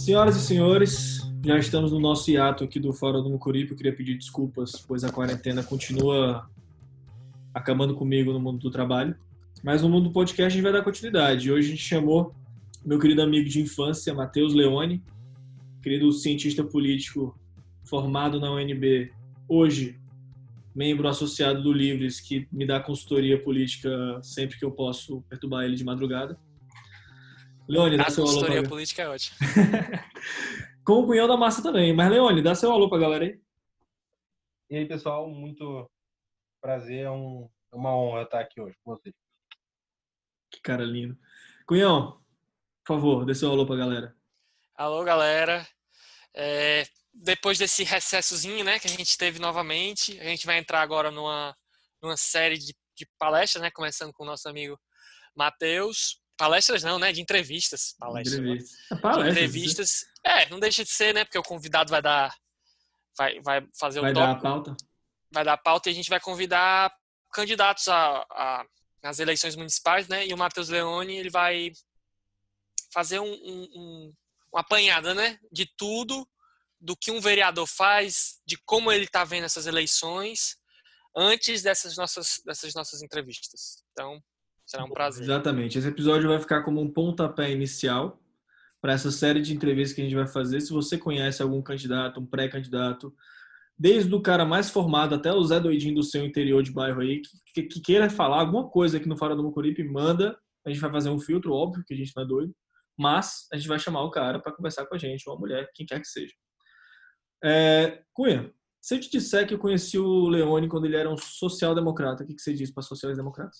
Senhoras e senhores, já estamos no nosso hiato aqui do Fora do Mucuripe. Eu queria pedir desculpas, pois a quarentena continua acabando comigo no mundo do trabalho. Mas no mundo do podcast a gente vai dar continuidade. Hoje a gente chamou meu querido amigo de infância, Matheus Leone, querido cientista político formado na UNB, hoje membro associado do Livres, que me dá consultoria política sempre que eu posso perturbar ele de madrugada. Leone, dá seu alô pra... consultoria política é ótima. Com o Cunhão da Massa também. Mas, Leone, dá seu alô pra galera aí. E aí, pessoal, muito prazer. É uma honra estar aqui hoje com vocês. Que cara lindo. Cunhão, por favor, dê seu alô pra galera. Alô, galera. Depois desse recessozinho, né, que a gente teve novamente, a gente vai entrar agora numa série de palestras, né, começando com o nosso amigo Matheus. Palestras não, né, de entrevistas. Palestras. De entrevistas. Não deixa de ser, né, porque o convidado vai fazer o tópico. Vai dar a pauta. Vai dar a pauta e a gente vai convidar candidatos às eleições municipais, né, e o Matheus Leone, ele vai fazer uma apanhada, né, de tudo, do que um vereador faz, de como ele está vendo essas eleições antes dessas nossas entrevistas. Então, será um prazer. Exatamente. Esse episódio vai ficar como um pontapé inicial para essa série de entrevistas que a gente vai fazer. Se você conhece algum candidato, um pré-candidato, desde o cara mais formado até o Zé Doidinho do seu interior de bairro aí, que queira falar alguma coisa aqui no Fora do Mucuripe, manda. A gente vai fazer um filtro, óbvio que a gente não é doido, mas a gente vai chamar o cara para conversar com a gente, ou a mulher, quem quer que seja. Cunha, se eu te disser que eu conheci o Leone quando ele era um social-democrata, o que você diz para sociais-democratas?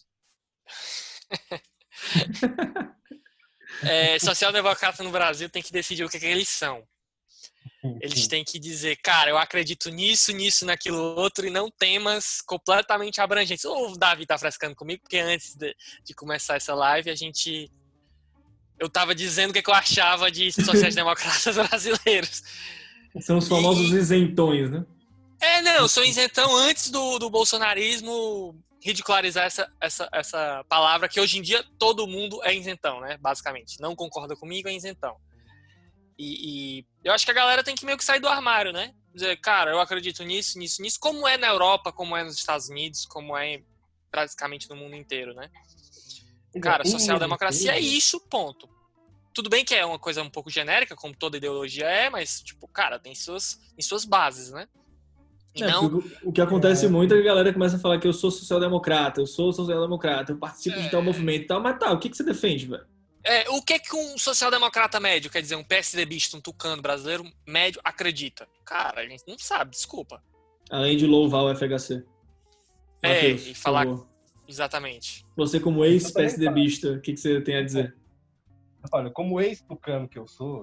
Social-democrata no Brasil tem que decidir o que eles são. Eles têm que dizer, cara, eu acredito nisso, naquilo outro, e não temas completamente abrangentes. O Davi tá frescando comigo, porque antes de começar essa live, eu tava dizendo o que eu achava de sociais-democratas brasileiros. São os famosos isentões, né? Eu sou isentão antes do bolsonarismo ridicularizar essa palavra, que hoje em dia todo mundo é isentão, né? Basicamente. Não concorda comigo, é isentão. E eu acho que a galera tem que meio que sair do armário, né? Dizer, cara, eu acredito nisso, como é na Europa, como é nos Estados Unidos, como é praticamente no mundo inteiro, né? Cara, social-democracia é isso, ponto. Tudo bem que é uma coisa um pouco genérica, como toda ideologia mas, tipo, cara, tem suas bases, né? O que acontece muito é que a galera começa a falar que eu sou social-democrata, eu participo de tal movimento e tal, mas o que você defende, velho? O que um social-democrata médio, quer dizer, um PSDBista, um tucano brasileiro médio, acredita? Cara, a gente não sabe, desculpa. Além de louvar o FHC. Mateus, e falar... Exatamente. Você como ex-PSDBista, o que você tem a dizer? Olha, como ex-tucano que eu sou,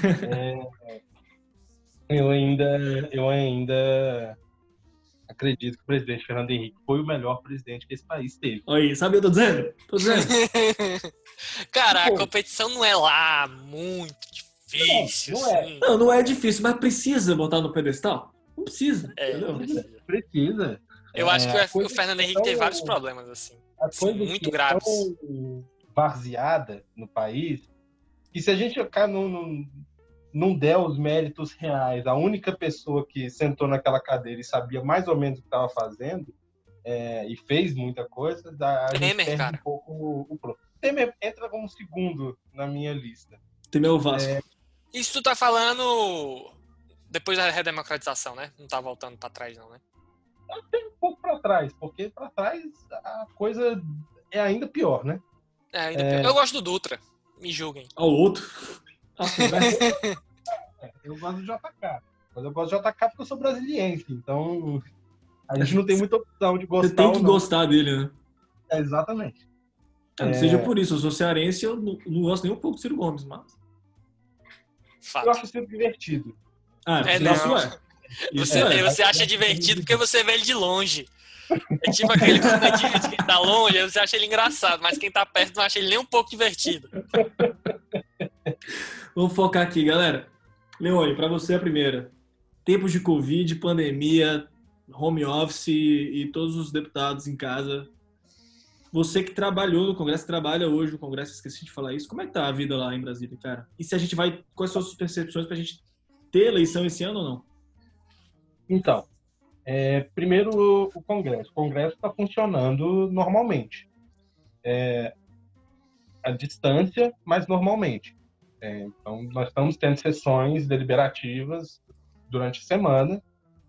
eu ainda acredito que o presidente Fernando Henrique foi o melhor presidente que esse país teve. Olha aí, sabe o que eu tô dizendo? Cara, a competição não é lá muito difícil. Não é difícil, mas precisa botar no pedestal? Não precisa, entendeu? Precisa. Eu acho que o Fernando Henrique tem vários problemas, assim. Muito graves. Varzeada no país, e se a gente não der os méritos reais, a única pessoa que sentou naquela cadeira e sabia mais ou menos o que estava fazendo e fez muita coisa, a gente perde cara. Um pouco o plano. Temer entra como segundo na minha lista. Temer é o Vasco. Isso tu tá falando depois da redemocratização, né? Não tá voltando para trás, não, né? Tem um pouco para trás, porque para trás a coisa é ainda pior, né? Eu gosto do Dutra, me julguem. Ao outro? Eu gosto do JK, mas eu gosto do JK porque eu sou brasiliense, então a gente não tem muita opção de gostar. Você tem que gostar dele, né? Exatamente. Não seja por isso, eu sou cearense e eu não gosto nem um pouco do Ciro Gomes, mas... Fato. Eu acho o Ciro divertido. Você acha divertido porque você vê ele de longe. É tipo aquele comediante que tá longe, você acha ele engraçado, mas quem tá perto não acha ele nem um pouco divertido. Vamos focar aqui, galera. Leone, pra você a primeira. Tempos de Covid, pandemia, home office e todos os deputados em casa. Você que trabalhou no Congresso, trabalha hoje no Congresso, esqueci de falar isso. Como é que tá a vida lá em Brasília, cara? E se a gente vai... Quais são as suas percepções pra gente ter eleição esse ano ou não? Então, primeiro o Congresso. O Congresso está funcionando normalmente. À distância, mas normalmente. Então, nós estamos tendo sessões deliberativas durante a semana,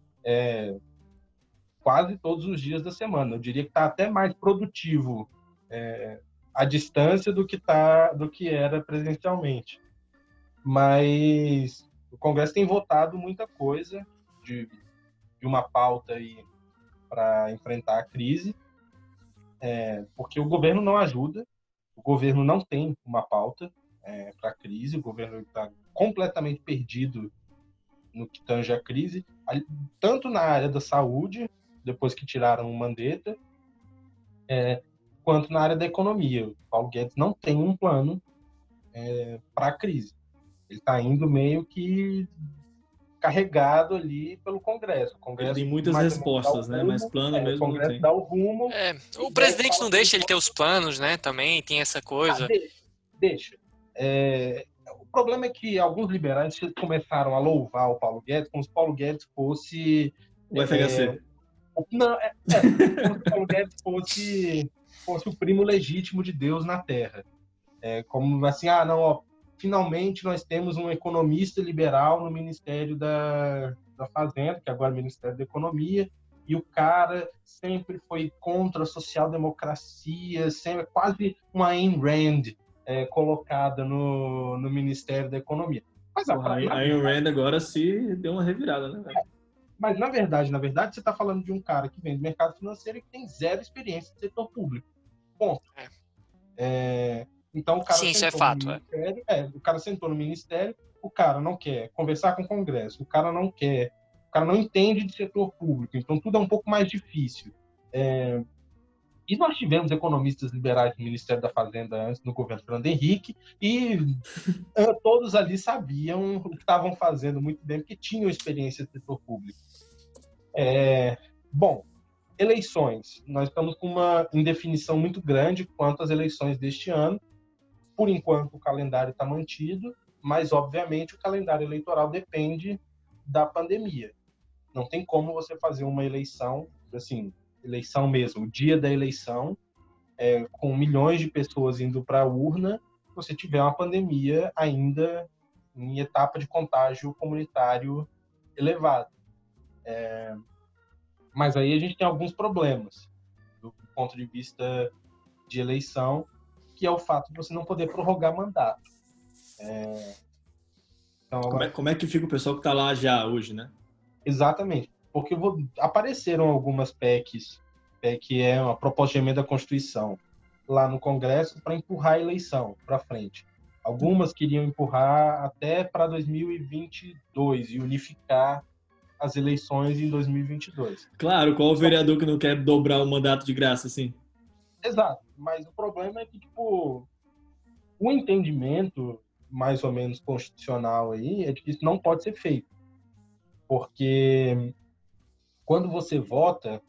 quase todos os dias da semana. Eu diria que está até mais produtivo à distância do que era presencialmente. Mas o Congresso tem votado muita coisa de uma pauta aí para enfrentar a crise, porque o governo não ajuda, o governo não tem uma pauta para a crise, o governo está completamente perdido no que tange a crise, tanto na área da saúde, depois que tiraram o Mandetta, quanto na área da economia. O Paulo Guedes não tem um plano para a crise. Ele está indo meio que carregado ali pelo Congresso. O Congresso Ele tem muitas respostas, né? Mas plano mesmo o Congresso não tem. dá o rumo. O presidente não deixa ele ter os planos, né? Também tem essa coisa. Deixa. O problema é que alguns liberais começaram a louvar o Paulo Guedes como se o Paulo Guedes fosse... O FHC. Não, como se o Paulo Guedes fosse o primo legítimo de Deus na Terra. Como assim, não, ó, finalmente nós temos um economista liberal no Ministério da Fazenda, que agora é o Ministério da Economia, e o cara sempre foi contra a social-democracia, sempre quase uma Ayn Rand colocada no Ministério da Economia. Mas a Ayn Rand agora se deu uma revirada, né, velho? Mas, na verdade, você está falando de um cara que vem do mercado financeiro e que tem zero experiência no setor público. Ponto. Então, o cara Sim, isso é fato. O cara sentou no ministério, o cara não quer conversar com o Congresso, o cara não entende de setor público, então tudo é um pouco mais difícil. E nós tivemos economistas liberais no Ministério da Fazenda antes, no governo Fernando Henrique, e todos ali sabiam o que estavam fazendo muito bem, porque tinham experiência de setor público. Bom, eleições. Nós estamos com uma indefinição muito grande quanto às eleições deste ano. Por enquanto, o calendário está mantido, mas, obviamente, o calendário eleitoral depende da pandemia. Não tem como você fazer uma eleição, assim, eleição mesmo, o dia da eleição, com milhões de pessoas indo para a urna, se você tiver uma pandemia ainda em etapa de contágio comunitário elevado. Mas aí a gente tem alguns problemas do ponto de vista de eleição, que é o fato de você não poder prorrogar mandato. Então, como é que fica o pessoal que está lá já hoje, né? Exatamente. Porque apareceram algumas PECs, que é uma proposta de emenda à Constituição, lá no Congresso para empurrar a eleição para frente. Algumas queriam empurrar até para 2022 e unificar as eleições em 2022. Claro, qual o vereador que não quer dobrar o mandato de graça, assim? Exato, mas o problema é que, o entendimento mais ou menos constitucional aí é de que isso não pode ser feito. Porque quando você vota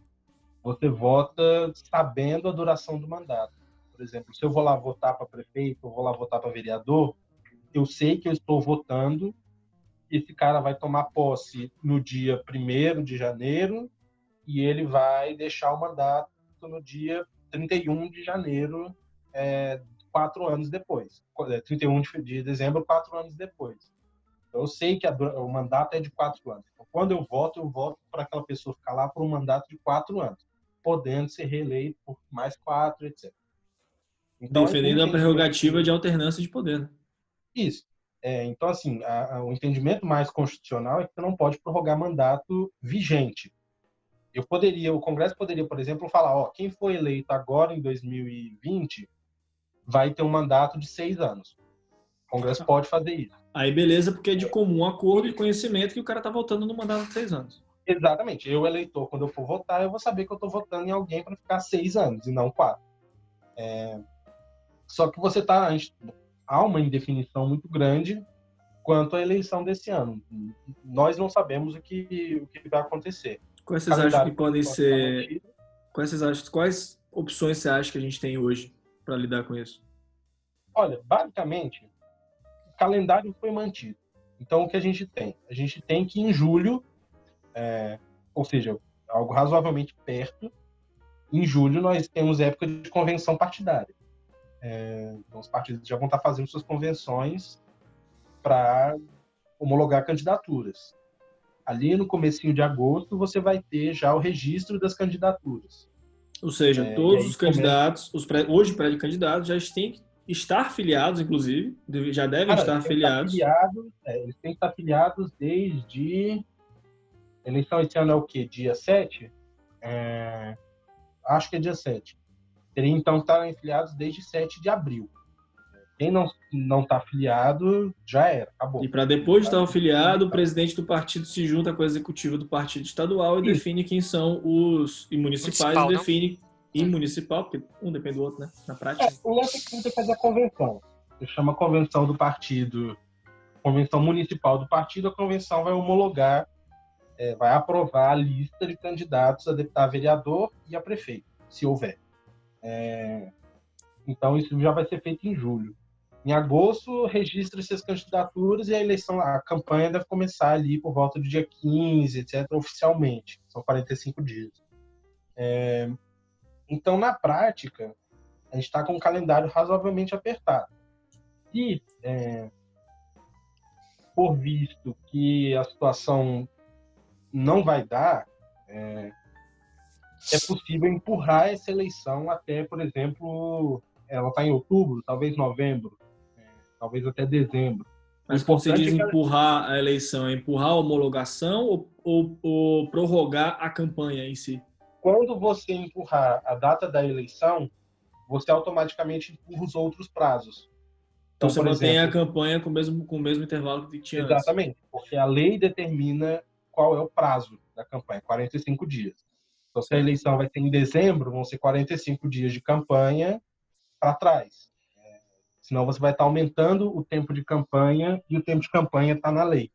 sabendo a duração do mandato. Por exemplo, se eu vou lá votar para prefeito, ou vou lá votar para vereador, eu sei que eu estou votando, esse cara vai tomar posse no dia 1º de janeiro e ele vai deixar o mandato no dia 31 de janeiro, 4 anos depois. 31 de dezembro, 4 anos depois. Então, eu sei que o mandato é de 4 anos. Então, quando eu voto para aquela pessoa ficar lá por um mandato de 4 anos, podendo ser reeleito por mais 4, etc. Então, defendendo a prerrogativa de alternância de poder, né? Isso. Então, assim, o entendimento mais constitucional é que você não pode prorrogar mandato vigente. O Congresso poderia, por exemplo, falar, quem foi eleito agora em 2020 vai ter um mandato de 6 anos. O Congresso pode fazer isso. Aí beleza, porque é de comum acordo e conhecimento que o cara tá votando no mandato de 6 anos. Exatamente. Eu, eleitor, quando eu for votar, eu vou saber que eu estou votando em alguém para ficar 6 anos e não 4. Só que há uma indefinição muito grande quanto à eleição desse ano. Nós não sabemos o que vai acontecer. Quais vocês acham que podem ser... Quais opções você acha que a gente tem hoje para lidar com isso? Olha, basicamente, o calendário foi mantido. Então, o que a gente tem? A gente tem que em julho, ou seja, algo razoavelmente perto, em julho nós temos época de convenção partidária. Então, os partidos já vão estar fazendo suas convenções para homologar candidaturas. Ali no comecinho de agosto, você vai ter já o registro das candidaturas. Ou seja, todos os candidatos, hoje pré-candidatos, já têm que estar filiados, inclusive, já devem estar afiliados. Eles têm que estar afiliados desde... A eleição esse ano é o quê? Dia 7? Acho que é dia 7. Teria, então, que estar afiliados desde 7 de abril. Quem não está afiliado, já era, acabou. E para depois de estar afiliado, o presidente do partido se junta com a executiva do partido estadual e define quem são os... E municipais define... E municipal, porque um depende do outro, né? Na prática. O lance é que tem que fazer a convenção. Se chama convenção do partido, convenção municipal do partido, a convenção vai homologar, vai aprovar a lista de candidatos a deputado, a vereador e a prefeito, se houver. Então, isso já vai ser feito em julho. Em agosto, registra-se as candidaturas e a campanha deve começar ali por volta do dia 15, etc., oficialmente. São 45 dias. Então, na prática, a gente está com um calendário razoavelmente apertado. E, por visto que a situação não vai dar, é possível empurrar essa eleição até, por exemplo, ela está em outubro, talvez novembro, talvez até dezembro. Mas quando você diz empurrar a eleição, é empurrar a homologação ou prorrogar a campanha em si? Quando você empurrar a data da eleição, você automaticamente empurra os outros prazos. Então você mantém a campanha com o mesmo intervalo que tinha antes. Exatamente, porque a lei determina qual é o prazo da campanha, 45 dias. Então, se a eleição vai ser em dezembro, vão ser 45 dias de campanha para trás. Senão você vai estar aumentando o tempo de campanha e o tempo de campanha está na lei.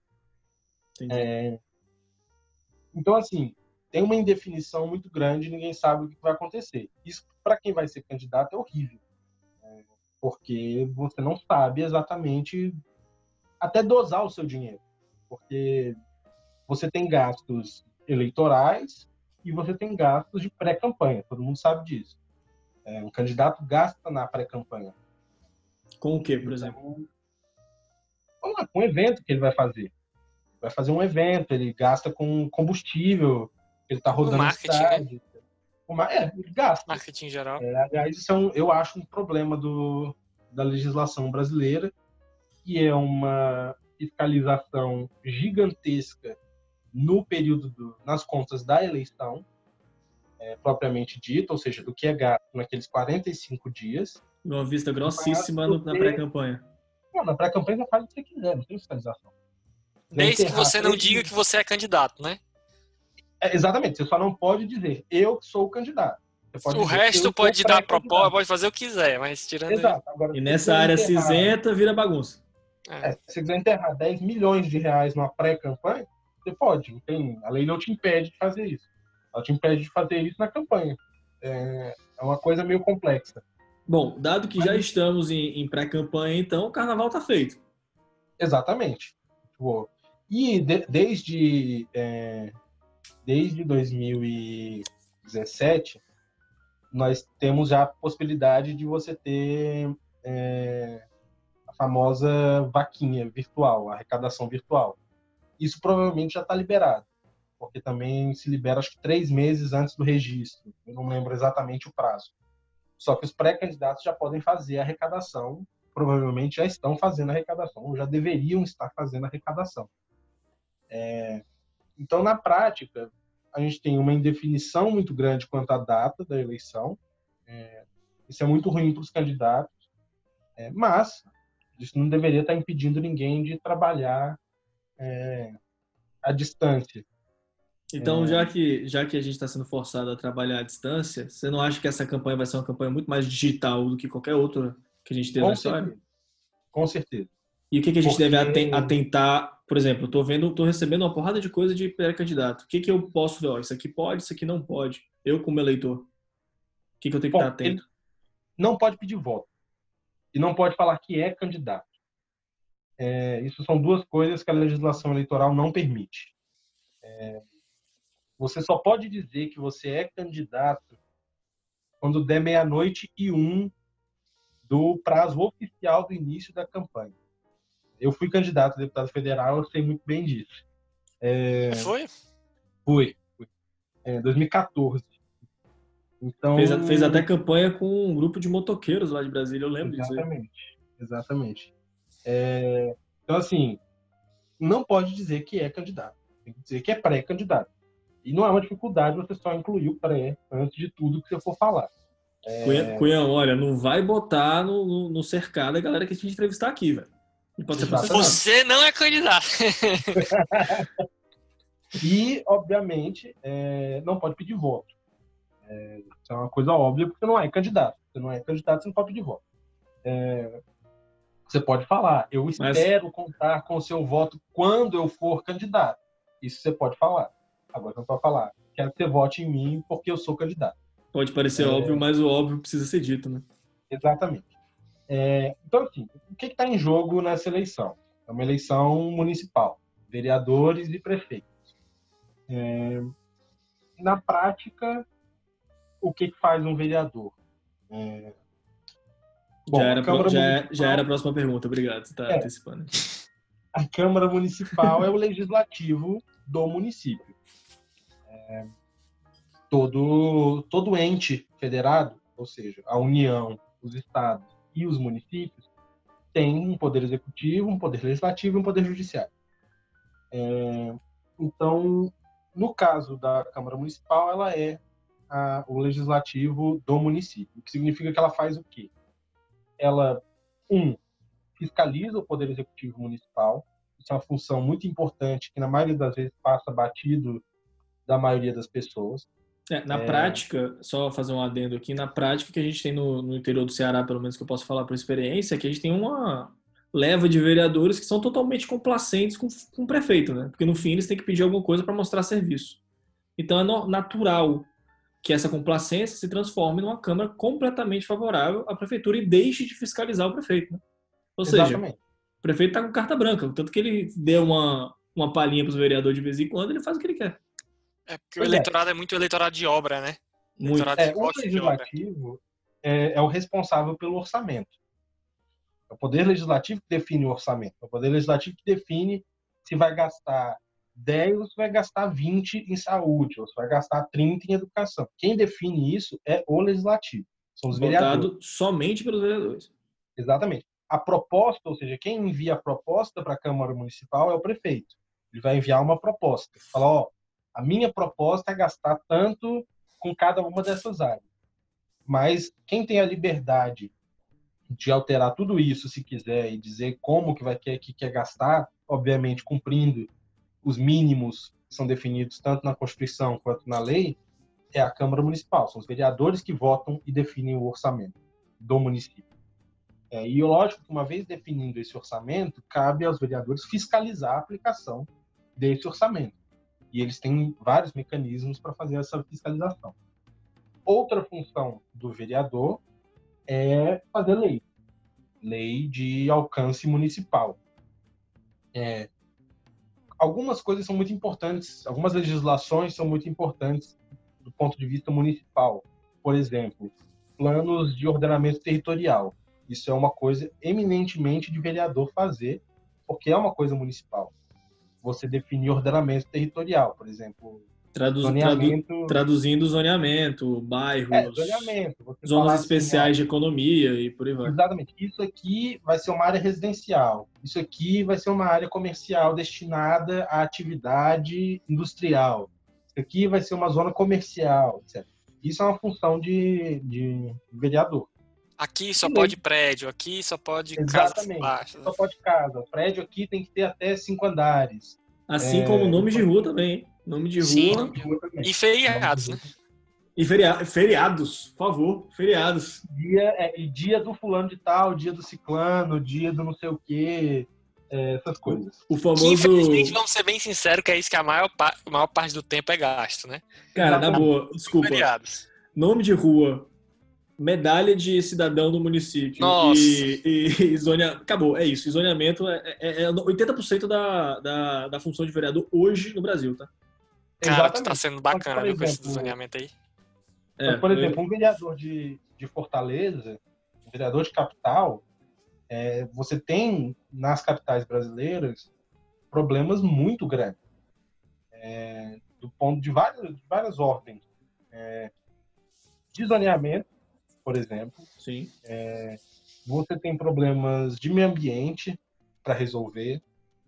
Então, assim, tem uma indefinição muito grande, ninguém sabe o que vai acontecer. Isso, para quem vai ser candidato, é horrível. Porque você não sabe exatamente até dosar o seu dinheiro. Porque você tem gastos eleitorais e você tem gastos de pré-campanha. Todo mundo sabe disso. Um candidato gasta na pré-campanha. Com o quê, por exemplo? Com um evento que ele vai fazer. Vai fazer um evento, ele gasta com combustível, ele está rodando a cidade. Ele gasta. Marketing em geral. Aliás, isso eu acho um problema da legislação brasileira, que é uma fiscalização gigantesca no período nas contas da eleição, propriamente dita, ou seja, do que é gasto naqueles 45 dias. Uma vista grossíssima na pré-campanha. Não, na pré-campanha você faz o que você quiser, não tem fiscalização. Desde que você não diga que você é candidato, né? Exatamente, você só não pode dizer, eu sou o candidato. O resto pode dar proposta, pode fazer o que quiser, mas tirando... Exato. Agora, e nessa área cinzenta vira bagunça. Se você quiser enterrar 10 milhões de reais numa pré-campanha, você pode. A lei não te impede de fazer isso. Ela te impede de fazer isso na campanha. É uma coisa meio complexa. Bom, dado que já estamos em pré-campanha, então o carnaval está feito. Exatamente. E desde 2017, nós temos já a possibilidade de você ter a famosa vaquinha virtual, a arrecadação virtual. Isso provavelmente já está liberado, porque também se libera, acho que 3 meses antes do registro. Eu não lembro exatamente o prazo. Só que os pré-candidatos já podem fazer a arrecadação, provavelmente já estão fazendo a arrecadação, ou já deveriam estar fazendo a arrecadação. Então, na prática, a gente tem uma indefinição muito grande quanto à data da eleição. Isso é muito ruim para os candidatos, mas isso não deveria estar impedindo ninguém de trabalhar à distância. Então, já que a gente está sendo forçado a trabalhar à distância, você não acha que essa campanha vai ser uma campanha muito mais digital do que qualquer outra que a gente teve na história? Com certeza. E o que a gente deve atentar? Por exemplo, estou recebendo uma porrada de coisa de pré-candidato. O que eu posso ver? Isso aqui pode, isso aqui não pode. Eu como eleitor. que eu tenho que Bom, estar atento? ele não pode pedir voto. E não pode falar que é candidato. Isso são duas coisas que a legislação eleitoral não permite. Você só pode dizer que você é candidato quando der 00:01 do prazo oficial do início da campanha. Eu fui candidato a deputado federal, eu sei muito bem disso. Foi? Fui. Em 2014. Então, Fez até campanha com um grupo de motoqueiros lá de Brasília, eu lembro disso aí. Exatamente. Então, assim, não pode dizer que é candidato. Tem que dizer que é pré-candidato. E não é uma dificuldade você só incluir o pré antes de tudo que você for falar. Cunhão, olha, não vai botar no cercado a galera que a gente entrevistar aqui, velho. Não pode ser processado. Você não é candidato. E, obviamente, não pode pedir voto. Isso é uma coisa óbvia, porque você não é candidato. Você não é candidato, você não pode pedir voto. Você pode falar, eu espero contar com o seu voto quando eu for candidato. Isso você pode falar. Agora você não pode falar, quero que você vote em mim porque eu sou candidato. Pode parecer óbvio, mas o óbvio precisa ser dito, né? Exatamente. Então, assim, o que está em jogo nessa eleição? É uma eleição municipal, vereadores e prefeitos. Na prática, o que faz um vereador? Bom, já era a próxima pergunta, obrigado, você está antecipando. A Câmara Municipal é o legislativo do município. Todo ente federado, ou seja, a União, os estados e os municípios, tem um poder executivo, um poder legislativo e um poder judiciário. Então, no caso da Câmara Municipal, ela é o legislativo do município, o que significa que ela faz o quê? Ela, fiscaliza o poder executivo municipal. Isso é uma função muito importante que, na maioria das vezes, passa batido da maioria das pessoas. Na prática, só fazer um adendo aqui, na prática que a gente tem no interior do Ceará, pelo menos que eu posso falar por experiência, é que a gente tem uma leva de vereadores que são totalmente complacentes com o prefeito, né? Porque no fim eles têm que pedir alguma coisa para mostrar serviço. Então é natural que essa complacência se transforme numa Câmara completamente favorável à prefeitura e deixe de fiscalizar o prefeito, né? Ou seja, o prefeito está com carta branca, tanto que ele deu uma palhinha para os vereadores de vez em quando, ele faz o que ele quer. Porque o eleitorado é muito eleitorado de obra, né? O legislativo é o responsável pelo orçamento. É o poder legislativo que define o orçamento. É o poder legislativo que define se vai gastar 10 ou se vai gastar 20 em saúde, ou se vai gastar 30 em educação. Quem define isso é o legislativo. São os vereadores. Votado somente pelos vereadores. Exatamente. A proposta, ou seja, quem envia a proposta para a Câmara Municipal é o prefeito. Ele vai enviar uma proposta. Fala, a minha proposta é gastar tanto com cada uma dessas áreas. Mas quem tem a liberdade de alterar tudo isso, se quiser, e dizer como que quer gastar, obviamente cumprindo os mínimos que são definidos tanto na Constituição quanto na lei, é a Câmara Municipal. São os vereadores que votam e definem o orçamento do município. E lógico que, uma vez definindo esse orçamento, cabe aos vereadores fiscalizar a aplicação desse orçamento. E eles têm vários mecanismos para fazer essa fiscalização. Outra função do vereador é fazer lei. Lei de alcance municipal. Algumas coisas são muito importantes, algumas legislações são muito importantes do ponto de vista municipal. Por exemplo, planos de ordenamento territorial. Isso é uma coisa eminentemente de vereador fazer, porque é uma coisa municipal. Você definir ordenamento territorial, por exemplo, zoneamento... Traduzindo zoneamento, bairros, zoneamento. Zonas especiais de economia e por aí vai. Exatamente. Isso aqui vai ser uma área residencial. Isso aqui vai ser uma área comercial destinada à atividade industrial. Isso aqui vai ser uma zona comercial, etc. Isso é uma função de vereador. Aqui só pode prédio, aqui só pode casas baixas. Só pode casa. O prédio aqui tem que ter até 5 andares. Assim como nomes de rua também, hein? Nome de rua. Sim. E feriados, né? E feriados, por favor, feriados. Dia do fulano de tal, dia do ciclano, dia do não sei o quê, essas coisas. O famoso... Que, infelizmente, vamos ser bem sinceros, que é isso que a maior parte do tempo é gasto, né? Cara, na boa, desculpa. Feriados. Nome de rua medalha de cidadão do município. Nossa. E acabou, é isso. Zoneamento é 80% da função de vereador hoje no Brasil, tá? Cara, tu Exatamente. tá sendo bacana, Por viu, com esse exemplo, zoneamento aí. Por exemplo, um vereador de Fortaleza, um vereador de capital, você tem nas capitais brasileiras problemas muito grandes, do ponto de várias ordens. De zoneamento, por exemplo. Sim. Você tem problemas de meio ambiente para resolver,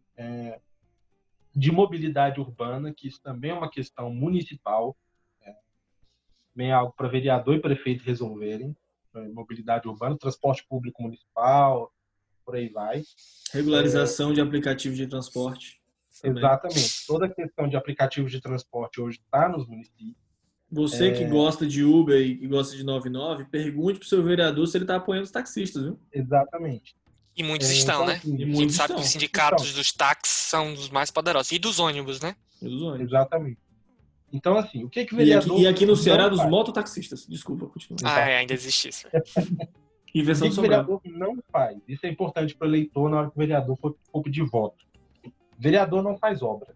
de mobilidade urbana, que isso também é uma questão municipal, também é algo para vereador e prefeito resolverem, mobilidade urbana, transporte público municipal, por aí vai. Regularização de aplicativos de transporte. Também. Exatamente. Toda a questão de aplicativos de transporte hoje está nos municípios. Você que gosta de Uber e gosta de 99, pergunte pro seu vereador se ele tá apoiando os taxistas, viu? Exatamente. E muitos estão, né? E A muitos gente sabe estão. que os sindicatos dos táxis são dos mais poderosos. E dos ônibus, né? E dos ônibus. Exatamente. Então, assim, o que o vereador... E aqui no Ceará, dos faz? mototaxistas. Desculpa, continua. Ainda existe isso. Invenção O do que o vereador não faz? Isso é importante para o eleitor na hora que o vereador for pedir voto. O vereador não faz obra.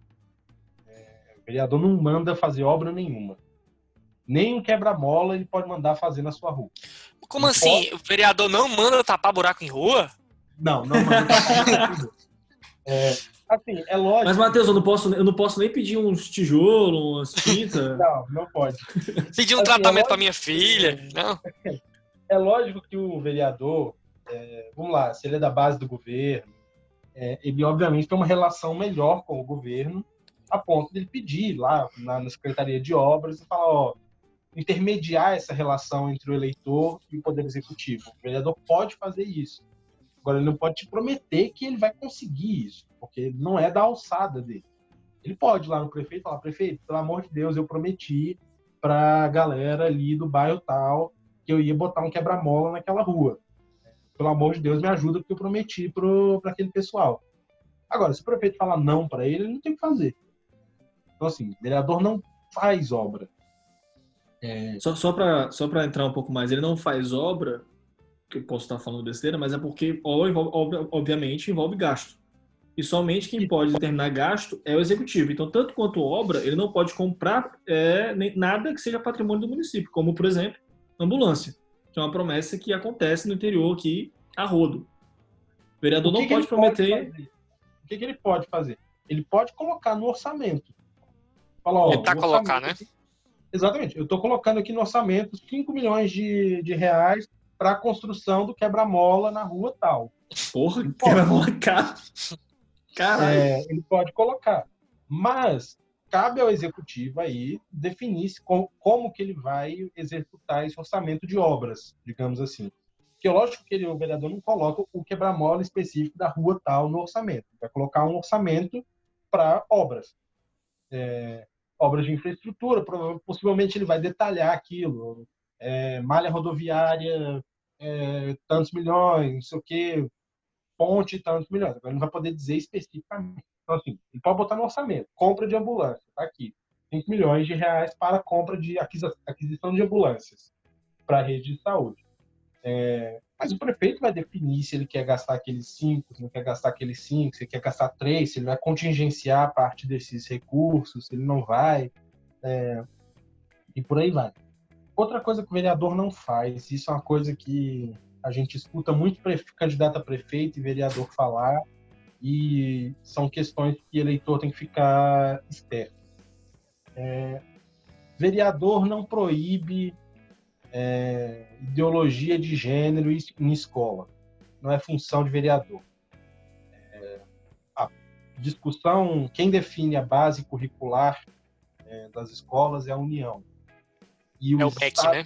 O vereador não manda fazer obra nenhuma. Nem um quebra-mola ele pode mandar fazer na sua rua. Como assim? O vereador não manda tapar buraco em rua? Não manda tapar buraco em rua. Assim, é lógico... Mas, Matheus, eu não posso nem pedir uns tijolos, umas tintas. Não pode. Pedir um tratamento para minha filha? Não. É lógico que o vereador, vamos lá, se ele é da base do governo, ele obviamente tem uma relação melhor com o governo, a ponto de ele pedir lá na Secretaria de Obras e falar, intermediar essa relação entre o eleitor e o Poder Executivo. O vereador pode fazer isso. Agora, ele não pode te prometer que ele vai conseguir isso, porque não é da alçada dele. Ele pode ir lá no prefeito e falar, prefeito, pelo amor de Deus, eu prometi para a galera ali do bairro tal que eu ia botar um quebra-mola naquela rua. Pelo amor de Deus, me ajuda, porque eu prometi para aquele pessoal. Agora, se o prefeito falar não para ele, ele não tem o que fazer. Então, assim, o vereador não faz obra. Só para entrar um pouco mais, ele não faz obra, que eu posso estar falando besteira, mas é porque, obviamente, envolve gasto. E somente quem pode determinar gasto é o executivo. Então, tanto quanto obra, ele não pode comprar nada que seja patrimônio do município, como, por exemplo, ambulância, que é uma promessa que acontece no interior aqui a rodo. O vereador não pode prometer... O que ele pode fazer? Ele pode colocar no orçamento. Falar, tentar colocar, né? Exatamente. Eu estou colocando aqui no orçamento 5 milhões de reais para a construção do quebra-mola na rua tal. Porra, quebra-mola caro. Caralho. Ele pode colocar. Mas cabe ao executivo aí definir como que ele vai executar esse orçamento de obras, digamos assim. Porque lógico que o vereador não coloca o quebra-mola específico da rua tal no orçamento. Vai colocar um orçamento para obras. Obras de infraestrutura, possivelmente ele vai detalhar aquilo. Malha rodoviária, tantos milhões, não sei o quê, ponte, tantos milhões. Agora ele não vai poder dizer especificamente. Então, assim, ele pode botar no orçamento. Compra de ambulância, tá aqui. 5 milhões de reais para a compra de aquisição de ambulâncias para a rede de saúde. Mas o prefeito vai definir se ele quer gastar aqueles 5, se não quer gastar aqueles 5, se ele quer gastar 3, se ele vai contingenciar a parte desses recursos, se ele não vai, e por aí vai. Outra coisa que o vereador não faz, isso é uma coisa que a gente escuta muito candidato a prefeito e vereador falar, e são questões que o eleitor tem que ficar esperto. Vereador não proíbe ideologia de gênero em escola. Não é função de vereador. A discussão, quem define a base curricular das escolas é a União. E o PEC, né?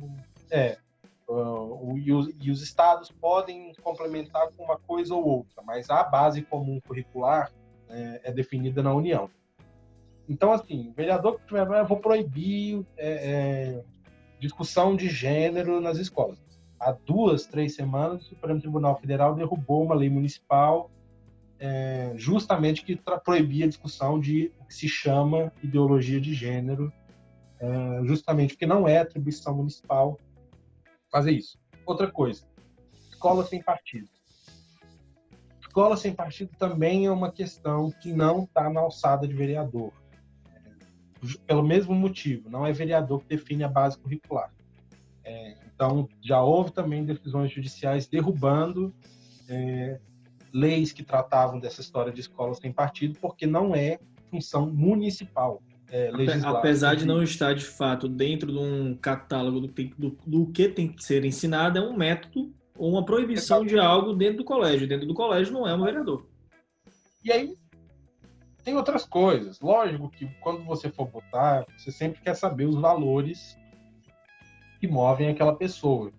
E os estados podem complementar com uma coisa ou outra, mas a base comum curricular é definida na União. Então, assim, o vereador que tiver, eu vou proibir discussão de gênero nas escolas. Há 2, 3 semanas, o Supremo Tribunal Federal derrubou uma lei municipal justamente que proibia a discussão de o que se chama ideologia de gênero, justamente porque não é atribuição municipal. fazer isso. Outra coisa, escola sem partido. Escola sem partido também é uma questão que não está na alçada de vereador. Pelo mesmo motivo, não é vereador que define a base curricular. Então, já houve também decisões judiciais derrubando leis que tratavam dessa história de escola sem partido, porque não é função municipal legislar. Apesar de não estar, de fato, dentro de um catálogo do que tem que ser ensinado, é um método ou uma proibição de algo dentro do colégio. Dentro do colégio não é um vereador. E aí, tem outras coisas. Lógico que quando você for votar, você sempre quer saber os valores que movem aquela pessoa.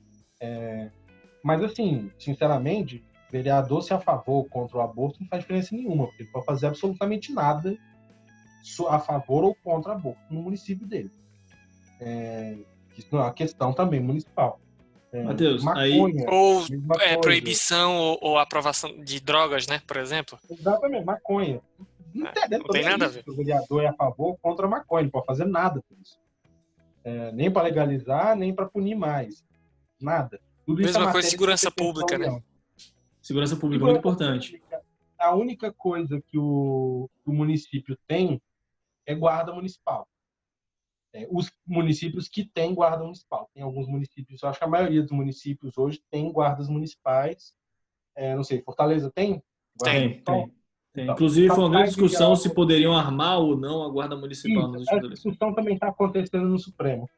Mas, assim, sinceramente, vereador se a favor ou contra o aborto não faz diferença nenhuma, porque ele pode fazer absolutamente nada a favor ou contra o aborto no município dele. Isso não é uma questão também municipal. Matheus, maconha, ou proibição ou aprovação de drogas, né, por exemplo? Exatamente, maconha. Não tem nada a ver. O vereador é a favor ou contra a maconha, não pode fazer nada por isso. Nem para legalizar, nem para punir mais. Nada. Tudo isso mesma coisa segurança pública, né? Segurança pública é muito importante. A única coisa que o município tem é guarda municipal. Os municípios que têm guarda municipal. Tem alguns municípios, eu acho que a maioria dos municípios hoje tem guardas municipais. Não sei, Fortaleza tem? Tem. Então, inclusive, foi uma grande discussão se poderiam armar ou não a guarda municipal nos últimos eleições. A discussão também está acontecendo no Supremo.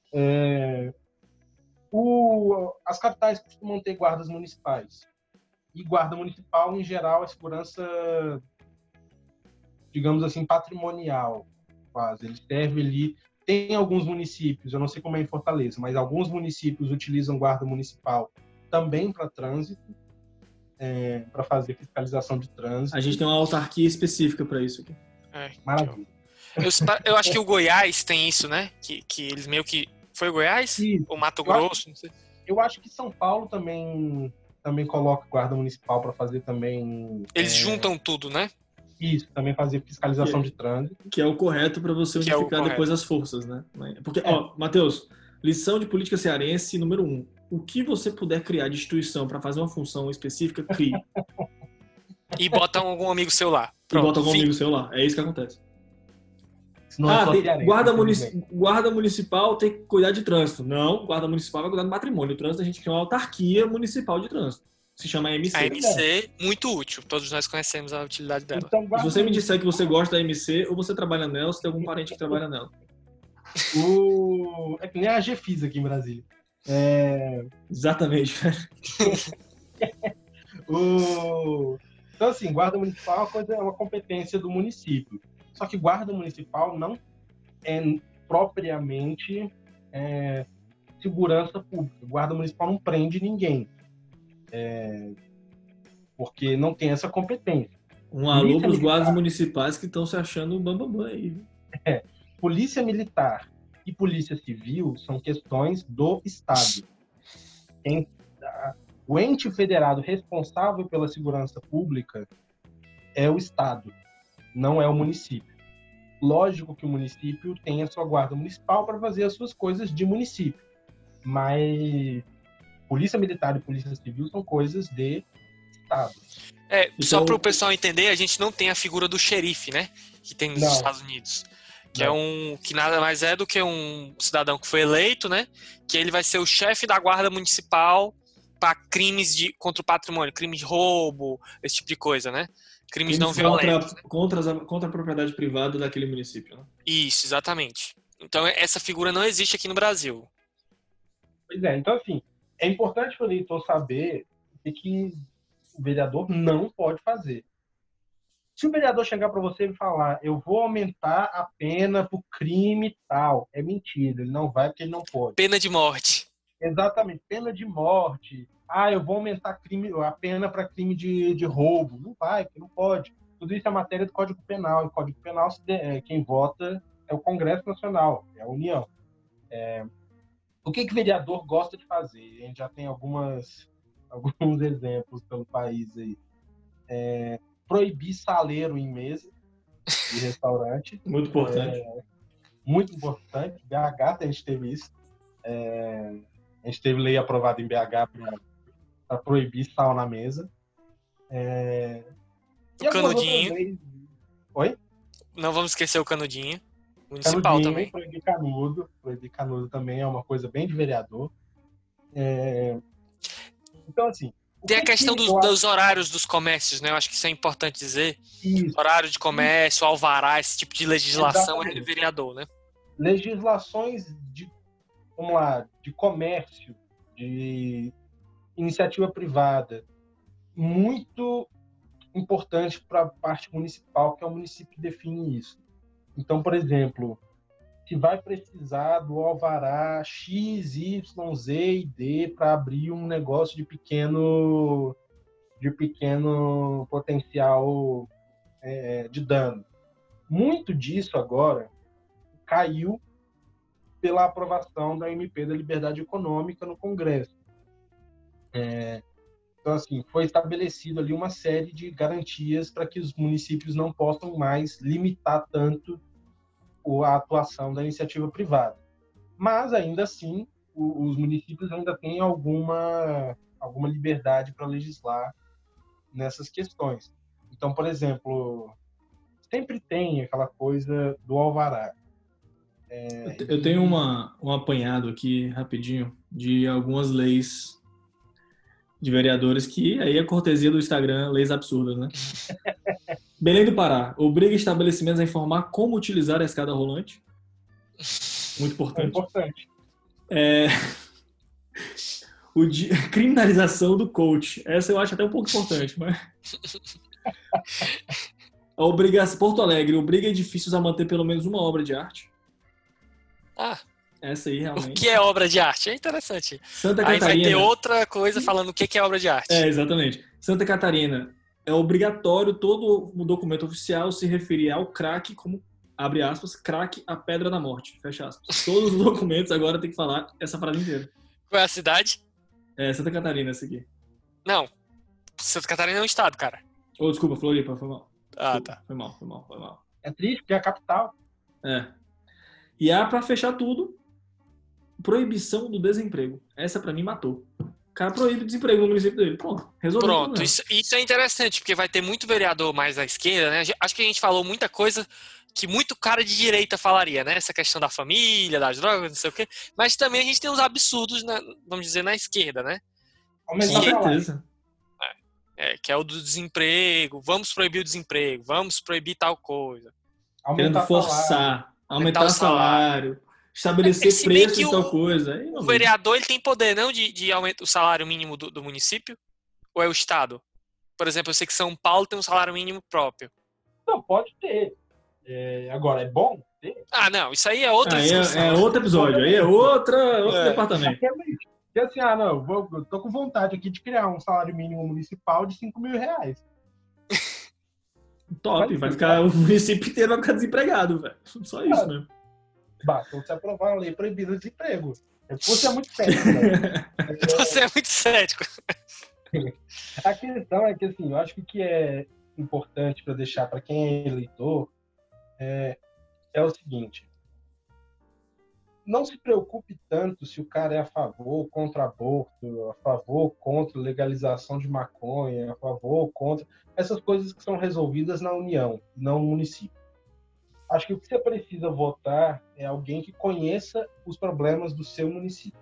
As capitais costumam ter guardas municipais. E guarda municipal, em geral, é segurança, digamos assim, patrimonial, quase. Ele serve ali. Tem alguns municípios, eu não sei como é em Fortaleza, mas alguns municípios utilizam guarda municipal também para trânsito, para fazer fiscalização de trânsito. A gente tem uma autarquia específica para isso aqui. Maravilha. Eu acho que o Goiás tem isso, né? Que eles meio que... Foi o Goiás? Ou Mato Grosso? Não sei. Eu acho que São Paulo também coloca guarda municipal para fazer também... Eles juntam tudo, né? Isso, também fazer fiscalização de trânsito. Que é o correto para você unificar depois as forças, né? Porque, Matheus, lição de política cearense número 1. O que você puder criar de instituição para fazer uma função específica, crie. E bota algum amigo seu lá. Pronto, bota algum amigo seu lá. É isso que acontece. Não é guarda municipal tem que cuidar de trânsito. Não, guarda municipal vai cuidar do patrimônio. O trânsito a gente tem uma autarquia municipal de trânsito. Se chama MC. A MC, muito útil. Todos nós conhecemos a utilidade dela. Então, se você me disser que você gosta da MC, ou você trabalha nela, ou você tem algum parente que trabalha nela. É que nem a GFIS aqui em Brasília. Exatamente. Então, assim, guarda municipal é uma competência do município. Só que guarda municipal não é propriamente segurança pública. Guarda municipal não prende ninguém. Porque não tem essa competência. Um alô para os guardas municipais que estão se achando bambambam aí. Polícia Militar e Polícia Civil são questões do Estado. O ente federado responsável pela segurança pública é o Estado, não é o município. Lógico que o município tem a sua guarda municipal para fazer as suas coisas de município, mas Polícia Militar e Polícia Civil são coisas de Estado. Só para o pessoal entender, a gente não tem a figura do xerife, né? Que tem nos Estados Unidos. Que nada mais é do que um cidadão que foi eleito, né? Que ele vai ser o chefe da guarda municipal para crimes contra o patrimônio, crime de roubo, esse tipo de coisa, né? Crimes não violentos. Contra a propriedade privada daquele município, né? Isso, exatamente. Então, essa figura não existe aqui no Brasil. Pois é, então assim, é importante para o eleitor saber o que o vereador não pode fazer. Se o vereador chegar para você e falar, eu vou aumentar a pena por crime tal, é mentira, ele não vai porque ele não pode. Pena de morte. Exatamente, pena de morte. Eu vou aumentar a pena para crime de roubo. Não vai, porque não pode. Tudo isso é matéria do Código Penal. E o Código Penal, quem vota é o Congresso Nacional, é a União. O que o vereador gosta de fazer? A gente já tem alguns exemplos pelo país aí. Proibir saleiro em mesa de restaurante. Muito importante. Muito importante. BH a gente teve isso. A gente teve lei aprovada em BH para proibir sal na mesa. O canudinho. Oi? Não vamos esquecer o canudinho. Municipal também. Proibir canudo também é uma coisa bem de vereador. Então, assim... Tem a questão dos horários dos comércios, né? Eu acho que isso é importante dizer. Isso. Horário de comércio, alvará, esse tipo de legislação é do vereador, né? Legislações de comércio, de iniciativa privada, muito importante para a parte municipal, que é o município que define isso. Então, por exemplo, se vai precisar do alvará X, Y, Z e D para abrir um negócio de pequeno potencial de dano. Muito disso agora caiu pela aprovação da MP da Liberdade Econômica no Congresso. Então, assim, foi estabelecido ali uma série de garantias para que os municípios não possam mais limitar tanto a atuação da iniciativa privada. Mas, ainda assim, os municípios ainda têm alguma liberdade para legislar nessas questões. Então, por exemplo, sempre tem aquela coisa do alvará. Eu tenho um apanhado aqui, rapidinho, de algumas leis de vereadores que aí é cortesia do Instagram, leis absurdas, né? Belém do Pará obriga estabelecimentos a informar como utilizar a escada rolante. Muito importante. Criminalização do coach. Essa eu acho até um pouco importante, mas... Porto Alegre obriga edifícios a manter pelo menos uma obra de arte. Essa aí realmente. O que é obra de arte? É interessante. Santa Catarina. Aí vai ter outra coisa falando o que é obra de arte. Exatamente. Santa Catarina. É obrigatório todo o documento oficial se referir ao crack como, abre aspas, crack a pedra da morte, fecha aspas. Todos os documentos agora tem que falar essa frase inteira. Qual é a cidade? Santa Catarina, essa aqui. Não. Santa Catarina é um estado, cara. Desculpa, Floripa, foi mal. Tá. Foi mal. É triste, porque é a capital. E pra fechar tudo, proibição do desemprego. Essa pra mim matou. O cara proíbe o desemprego no município dele. Pronto, resolveu. Pronto, isso é interessante, porque vai ter muito vereador mais à esquerda, né? Acho que a gente falou muita coisa que muito cara de direita falaria, né? Essa questão da família, das drogas, não sei o quê. Mas também a gente tem uns absurdos, vamos dizer, na esquerda, né? Com certeza. Que é o do desemprego. Vamos proibir o desemprego. Vamos proibir tal coisa. Querendo forçar. Aumentar o salário. Estabelecer preço de tal coisa. O vereador ele tem poder, não, de aumentar o salário mínimo do município? Ou é o Estado? Por exemplo, eu sei que São Paulo tem um salário mínimo próprio. Não, pode ter. Agora, é bom ter? Não, isso aí é outra discussão. É outro episódio. Aí é outro departamento. Porque assim, eu tô com vontade aqui de criar um salário mínimo municipal de R$5.000. Top, vai ficar, o município inteiro vai ficar desempregado, velho. Só isso mesmo. Basta você aprovar a lei proibindo o desemprego. Você é muito cético, velho. Você é muito cético. A questão é que, assim, eu acho que o que é importante para deixar para quem é eleitor é o seguinte: não se preocupe tanto se o cara é a favor ou contra aborto, a favor ou contra legalização de maconha, a favor ou contra essas coisas que são resolvidas na União, não no município. Acho que o que você precisa votar é alguém que conheça os problemas do seu município.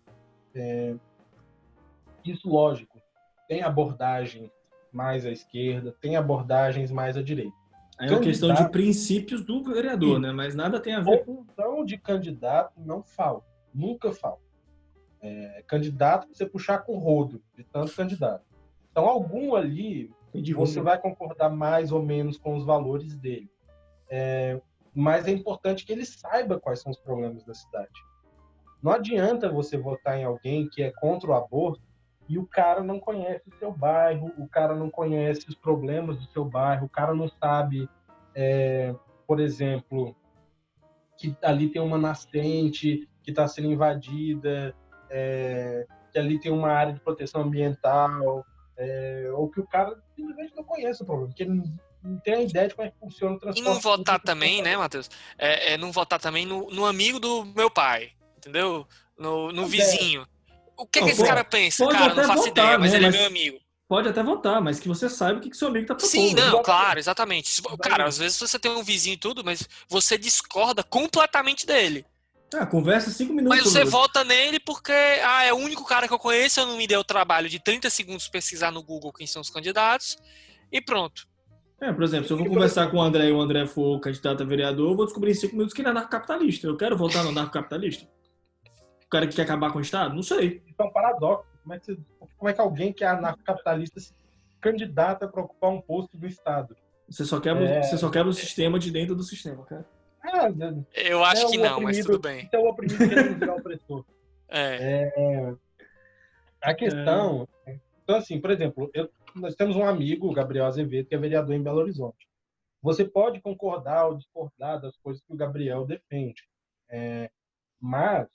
Isso, lógico, tem abordagens mais à esquerda, tem abordagens mais à direita. É uma questão de princípios do vereador, né? Mas nada tem a ver com... Opção de candidato não falta, nunca falta. Candidato você puxar com rodo, de tanto candidato. Então, algum ali, você vai concordar mais ou menos com os valores dele. Mas é importante que ele saiba quais são os problemas da cidade. Não adianta você votar em alguém que é contra o aborto e o cara não conhece o seu bairro, o cara não conhece os problemas do seu bairro, o cara não sabe, por exemplo, que ali tem uma nascente que está sendo invadida, que ali tem uma área de proteção ambiental, ou que o cara simplesmente não conhece o problema, porque ele não tem a ideia de como é que funciona o transporte. E não votar também, né, Matheus? Não votar também no amigo do meu pai, entendeu? No vizinho. O que Não, esse cara pensa? pode Cara, até não faço votar, ideia, mas né, ele é mas- meu amigo. Pode até votar, mas que você saiba o que seu amigo tá propondo. Sim, não, Exatamente. claro, exatamente. Cara, às vezes você tem um vizinho e tudo, mas você discorda completamente dele. Conversa 5 minutos Mas você sobre vota nele porque, é o único cara que eu conheço, eu não me dei o trabalho de 30 segundos pesquisar no Google quem são os candidatos, e pronto. Por exemplo, se eu for conversar com o André e o André for candidato a vereador, eu vou descobrir em 5 minutos que ele é anarcocapitalista. Eu quero votar no anarcocapitalista. O cara que quer acabar com o Estado? Não sei. Isso é um paradoxo. Como é que alguém que é anarcocapitalista se candidata para ocupar um posto do Estado? Você só quebra o sistema de dentro do sistema, cara. Eu acho que não, mas tudo bem. Então o oprimido querendo virar opressor. É. A questão... Então, assim, por exemplo, nós temos um amigo, o Gabriel Azevedo, que é vereador em Belo Horizonte. Você pode concordar ou discordar das coisas que o Gabriel defende. Mas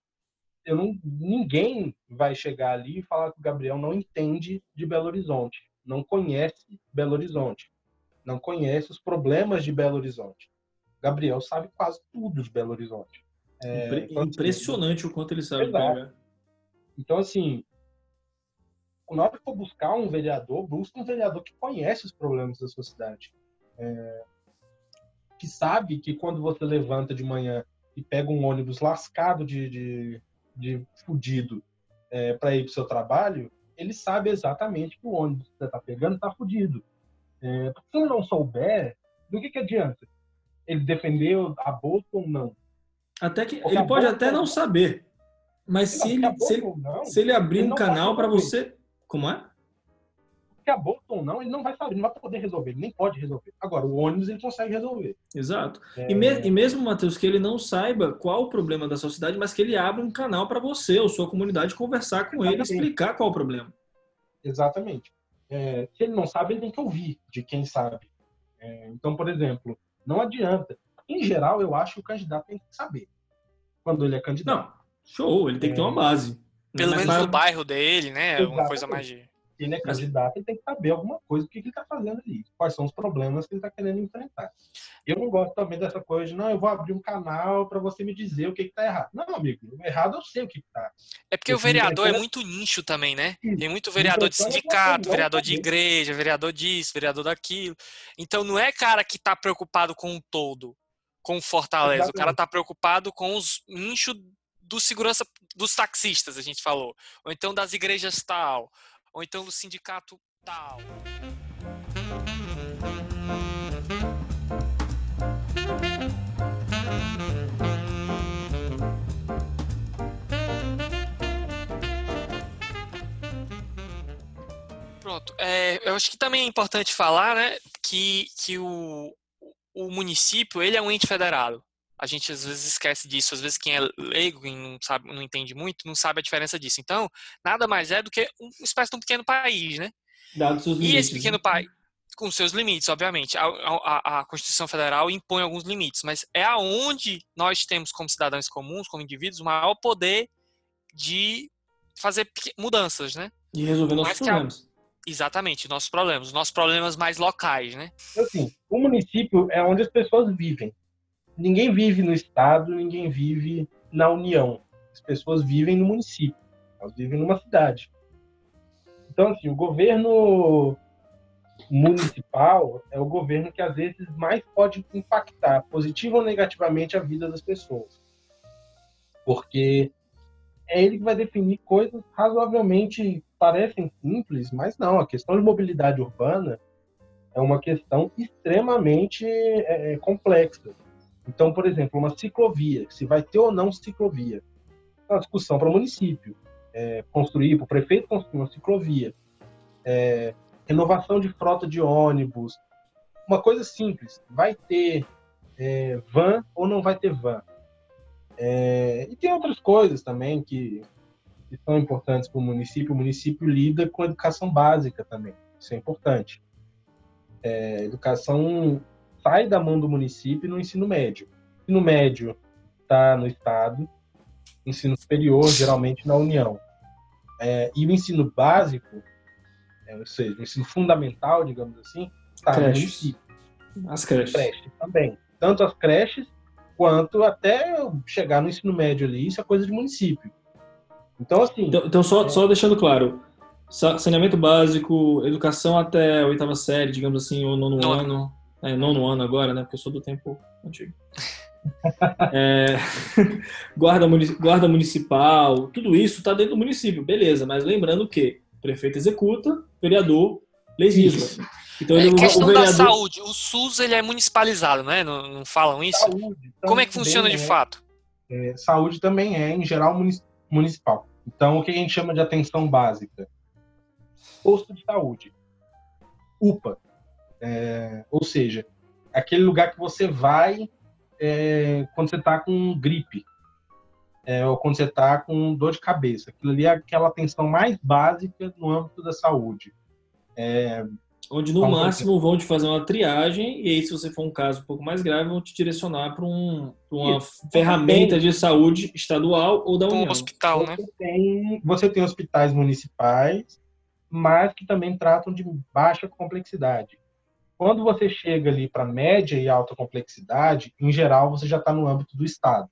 ninguém vai chegar ali e falar que o Gabriel não entende de Belo Horizonte, não conhece Belo Horizonte, não conhece os problemas de Belo Horizonte. Gabriel sabe quase tudo de Belo Horizonte. Impressionante o quanto ele sabe. Então, assim, na hora que for buscar um vereador, busca um vereador que conhece os problemas da sua cidade. Que sabe que quando você levanta de manhã e pega um ônibus lascado de fudido para ir para o seu trabalho, ele sabe exatamente que o ônibus que você está pegando está fudido. Porque se ele não souber, do que adianta? Ele defendeu aborto ou não? Até que ele pode até não saber, mas se ele abrir um canal para você... Como é? Que aborto ou não, ele não vai saber, não vai poder resolver, ele nem pode resolver. Agora, o ônibus ele consegue resolver. Exato. E mesmo, Matheus, que ele não saiba qual o problema da sua cidade, mas que ele abra um canal para você ou sua comunidade conversar com ele e explicar qual é o problema. Exatamente. Se ele não sabe, ele tem que ouvir de quem sabe. Então, por exemplo, não adianta. Em geral, eu acho que o candidato tem que saber quando ele é candidato. Não, show, ele tem que ter uma base. Pelo menos no bairro dele, né? Alguma coisa mais de... Ele é candidato, ele tem que saber alguma coisa, o que ele está fazendo ali, quais são os problemas que ele está querendo enfrentar. Eu não gosto também dessa coisa de, não, eu vou abrir um canal para você me dizer o que está errado. Não, amigo, errado eu sei o que está. É porque o vereador é muito nicho também, né? Tem muito vereador de sindicato, vereador de igreja, vereador disso, vereador daquilo. Então não é cara que está preocupado com o todo, com Fortaleza. Exatamente. O cara está preocupado com os nichos do segurança, dos taxistas, a gente falou. Ou então das igrejas tal. Ou então do sindicato tal. Pronto. Eu acho que também é importante falar, né, que o município ele é um ente federado. A gente às vezes esquece disso, às vezes quem é leigo, quem não sabe, não entende muito, não sabe a diferença disso. Então, nada mais é do que uma espécie de um pequeno país, né? Dados seus limites, e esse pequeno país, com seus limites, obviamente, a Constituição Federal impõe alguns limites, mas é aonde nós temos como cidadãos comuns, como indivíduos, o maior poder de fazer mudanças, né? E resolver nossos problemas. Exatamente, nossos problemas mais locais, né? Assim, o município é onde as pessoas vivem. Ninguém vive no estado, ninguém vive na União. As pessoas vivem no município. Elas vivem numa cidade. Então, assim, o governo municipal é o governo que, às vezes, mais pode impactar, positivo ou negativamente, a vida das pessoas. Porque é ele que vai definir coisas razoavelmente parecem simples, mas não. A questão de mobilidade urbana é uma questão extremamente complexa. Então, por exemplo, uma ciclovia, se vai ter ou não ciclovia, é uma discussão para o município. Para o prefeito construir uma ciclovia, renovação de frota de ônibus, uma coisa simples, vai ter van ou não vai ter van. E tem outras coisas também que são importantes para o município lida com a educação básica também, isso é importante. Educação sai da mão do município no ensino médio. O ensino médio está no estado, ensino superior geralmente na União. E o ensino básico, ou seja, o ensino fundamental, digamos assim, está no município. As creches também. Tanto as creches, quanto até chegar no ensino médio ali, isso é coisa de município. Então, assim... Então só deixando claro, saneamento básico, educação até a 8ª série, digamos assim, ou nono ano. Nono ano agora, né? Porque eu sou do tempo antigo. Guarda municipal, tudo isso está dentro do município, beleza, mas lembrando que o prefeito executa, vereador legisla. Então, questão da saúde, o SUS ele é municipalizado, né? Não falam isso? Saúde, como é que funciona de fato? Saúde também é, em geral, municipal. Então, o que a gente chama de atenção básica? Posto de saúde. UPA. Ou seja, aquele lugar que você vai quando você está com gripe, ou quando você está com dor de cabeça. Aquilo ali é aquela atenção mais básica no âmbito da saúde. Onde no máximo vão te fazer uma triagem, e aí, se você for um caso um pouco mais grave, vão te direcionar para uma ferramenta de saúde estadual ou da União. Um hospital, né? Você tem hospitais municipais, mas que também tratam de baixa complexidade. Quando você chega ali para média e alta complexidade, em geral, você já está no âmbito do Estado.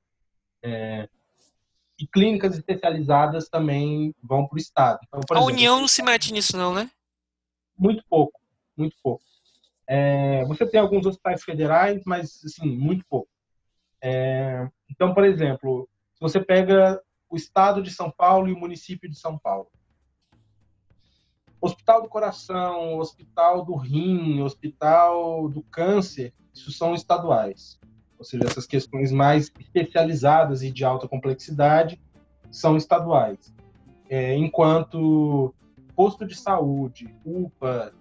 E clínicas especializadas também vão para o Estado. Então, por exemplo, União não se mete nisso não, né? Muito pouco, muito pouco. Você tem alguns hospitais federais, mas, assim, muito pouco. Então, por exemplo, se você pega o Estado de São Paulo e o município de São Paulo, Hospital do Coração, Hospital do Rim, Hospital do Câncer, isso são estaduais. Ou seja, essas questões mais especializadas e de alta complexidade são estaduais. Enquanto posto de saúde, UPA,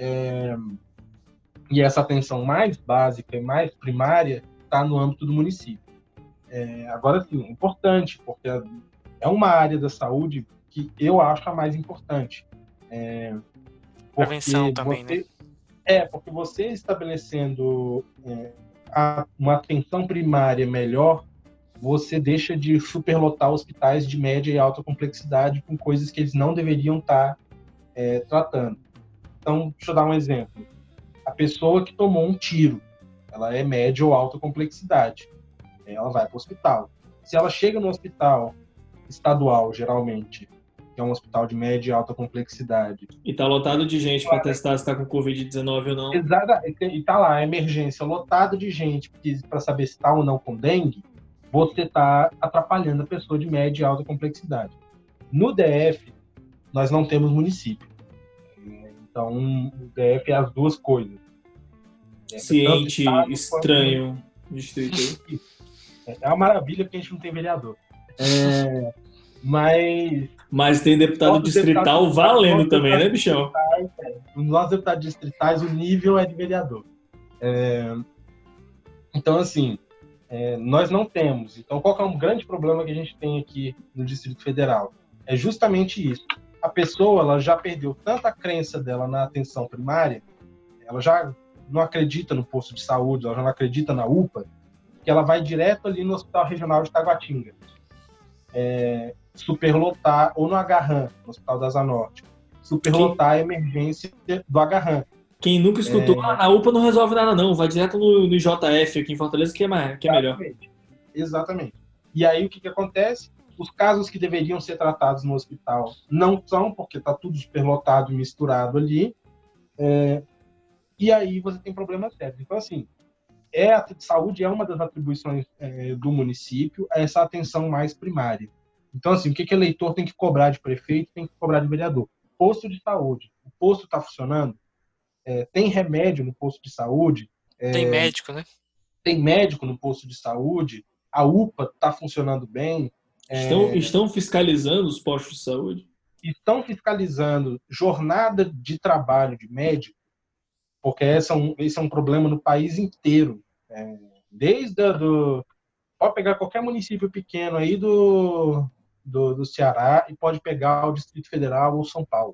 e essa atenção mais básica e mais primária está no âmbito do município. Agora, sim, é importante, porque é uma área da saúde que eu acho a mais importante. Prevenção também, né? Porque você estabelecendo uma atenção primária melhor, você deixa de superlotar hospitais de média e alta complexidade com coisas que eles não deveriam estar tratando. Então, deixa eu dar um exemplo. A pessoa que tomou um tiro, ela é média ou alta complexidade. Ela vai para o hospital. Se ela chega no hospital estadual, geralmente, que é um hospital de média e alta complexidade. E tá lotado de gente para testar se tá com Covid-19 ou não. Exato. E tá lá, a emergência lotado de gente para saber se tá ou não com dengue, você tá atrapalhando a pessoa de média e alta complexidade. No DF, nós não temos município. Então, o DF é as duas coisas. Ciente, estranho, distrito. É uma maravilha porque a gente não tem vereador. Mas tem deputado distrital valendo também, né, bichão? Nos nossos deputados distritais, o nível é de vereador. Então, assim, nós não temos. Então, qual que é um grande problema que a gente tem aqui no Distrito Federal? É justamente isso. A pessoa ela já perdeu tanta crença dela na atenção primária, ela já não acredita no posto de saúde, ela já não acredita na UPA, que ela vai direto ali no Hospital Regional de Taguatinga. Superlotar, ou no Agarram, no Hospital da Asa Norte, superlotar a emergência do Agarram. Quem nunca escutou, a UPA não resolve nada não, vai direto no IJF aqui em Fortaleza, que é melhor. Exatamente. E aí o que acontece? Os casos que deveriam ser tratados no hospital não são, porque está tudo superlotado e misturado ali, e aí você tem problemas sérios. Então, assim, a saúde é uma das atribuições do município, essa atenção mais primária. Então, assim, o que eleitor tem que cobrar de prefeito, tem que cobrar de vereador? Posto de saúde. O posto está funcionando? Tem remédio no posto de saúde? Tem médico, né? Tem médico no posto de saúde? A UPA está funcionando bem? Estão fiscalizando os postos de saúde? Estão fiscalizando jornada de trabalho de médico? Porque esse é um problema no país inteiro. Pode pegar qualquer município pequeno aí do Ceará e pode pegar o Distrito Federal ou São Paulo.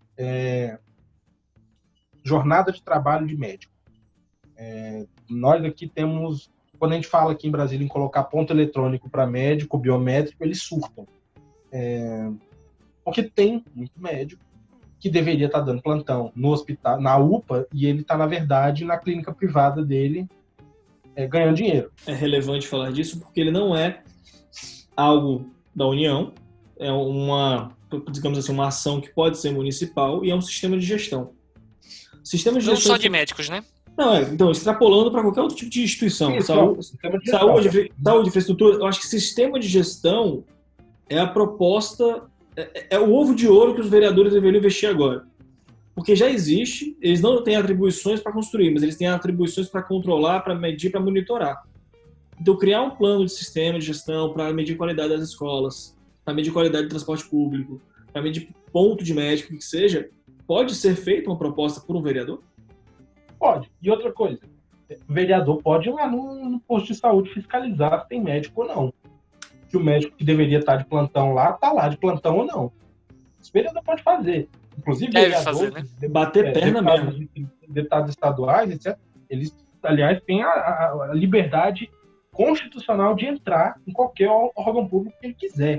Jornada de trabalho de médico. Nós aqui temos, quando a gente fala aqui em Brasília em colocar ponto eletrônico para médico, biométrico, eles surtam. Porque tem muito médico que deveria estar dando plantão no hospital, na UPA, e ele está, na verdade, na clínica privada dele, ganhando dinheiro. É relevante falar disso porque ele não é algo da União, é uma, digamos assim, uma ação que pode ser municipal e é um sistema de gestão. Sistema de Não gestão só de médicos, né? Não, então, extrapolando para qualquer outro tipo de instituição. Isso, sistema de gestão. Saúde, infraestrutura, eu acho que sistema de gestão é a proposta, é o ovo de ouro que os vereadores deveriam investir agora. Porque já existe, eles não têm atribuições para construir, mas eles têm atribuições para controlar, para medir, para monitorar. Então, criar um plano de sistema de gestão para medir a qualidade das escolas, para medir a qualidade do transporte público, para medir ponto de médico, o que seja, pode ser feita uma proposta por um vereador? Pode. E outra coisa, o vereador pode ir lá no posto de saúde fiscalizar se tem médico ou não. Se o médico que deveria estar de plantão lá, está lá de plantão ou não. Esse vereador pode fazer. Inclusive, deve fazer, né? Bater perna mesmo. Deputados estaduais, etc., eles, aliás, têm a liberdade constitucional de entrar em qualquer órgão público que ele quiser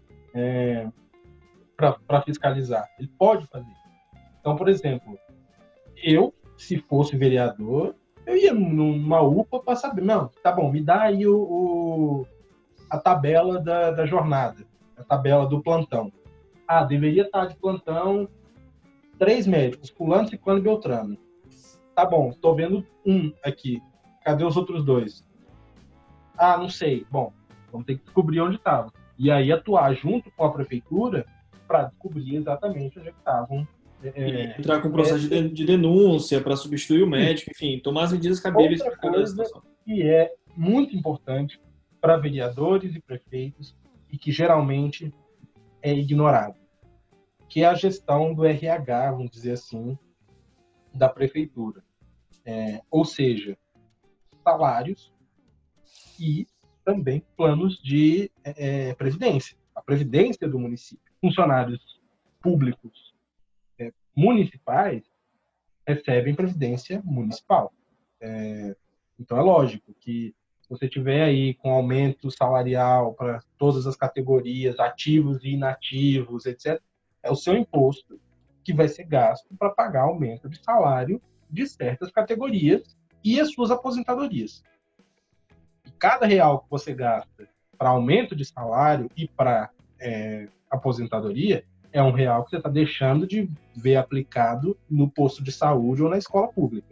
para fiscalizar. Ele pode fazer. Então, por exemplo, eu, se fosse vereador, eu ia numa UPA para saber, não, tá bom, me dá aí a tabela da jornada, a tabela do plantão. Ah, deveria estar de plantão 3 médicos, fulano, ciclano e beltrano. Tá bom, tô vendo um aqui. Cadê os outros 2? Ah, não sei. Bom, vamos ter que descobrir onde estavam. E aí atuar junto com a prefeitura para descobrir exatamente onde estavam. Entrar com o processo de denúncia para substituir o médico, enfim, tomar as medidas cabíveis para cada situação. Que é muito importante para vereadores e prefeitos e que geralmente é ignorado, que é a gestão do RH, vamos dizer assim, da prefeitura. Ou seja, salários e também planos de previdência. A previdência do município. Funcionários públicos municipais recebem previdência municipal. Então é lógico que se você tiver aí com aumento salarial para todas as categorias, ativos e inativos, etc., é o seu imposto que vai ser gasto para pagar aumento de salário de certas categorias e as suas aposentadorias. E cada real que você gasta para aumento de salário e para aposentadoria é um real que você está deixando de ver aplicado no posto de saúde ou na escola pública.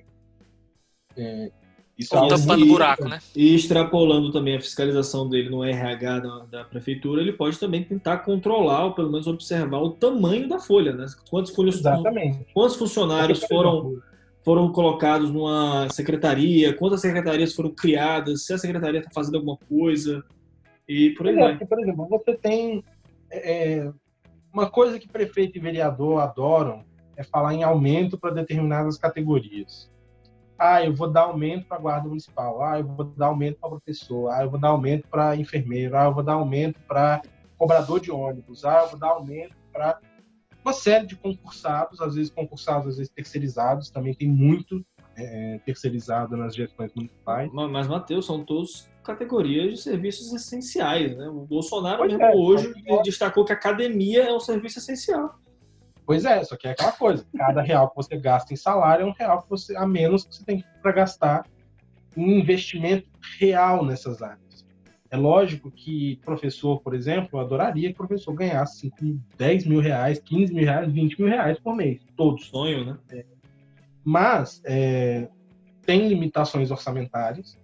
Isso é tampando buraco, né? E extrapolando também a fiscalização dele no RH da prefeitura, ele pode também tentar controlar, ou pelo menos observar o tamanho da folha, né? Quantos funcionários foram colocados numa secretaria, quantas secretarias foram criadas, se a secretaria está fazendo alguma coisa, e por aí vai. Por exemplo, você tem uma coisa que prefeito e vereador adoram é falar em aumento para determinadas categorias. Ah, eu vou dar aumento para a guarda municipal. Ah, eu vou dar aumento para professor. Ah, eu vou dar aumento para enfermeiro. Ah, eu vou dar aumento para cobrador de ônibus. Ah, eu vou dar aumento para uma série de concursados, às vezes terceirizados. Também tem muito terceirizado nas gestões municipais. Mas, Matheus, são todos categorias de serviços essenciais, né? O Bolsonaro hoje destacou que a academia é um serviço essencial. Pois é, só que é aquela coisa. Cada real que você gasta em salário é um real que você, a menos que você tem para gastar em investimento real nessas áreas. É lógico que professor, por exemplo, eu adoraria que o professor ganhasse 10 mil reais, 15 mil reais, 20 mil reais por mês. Todos. Sonho, né? Mas tem limitações orçamentárias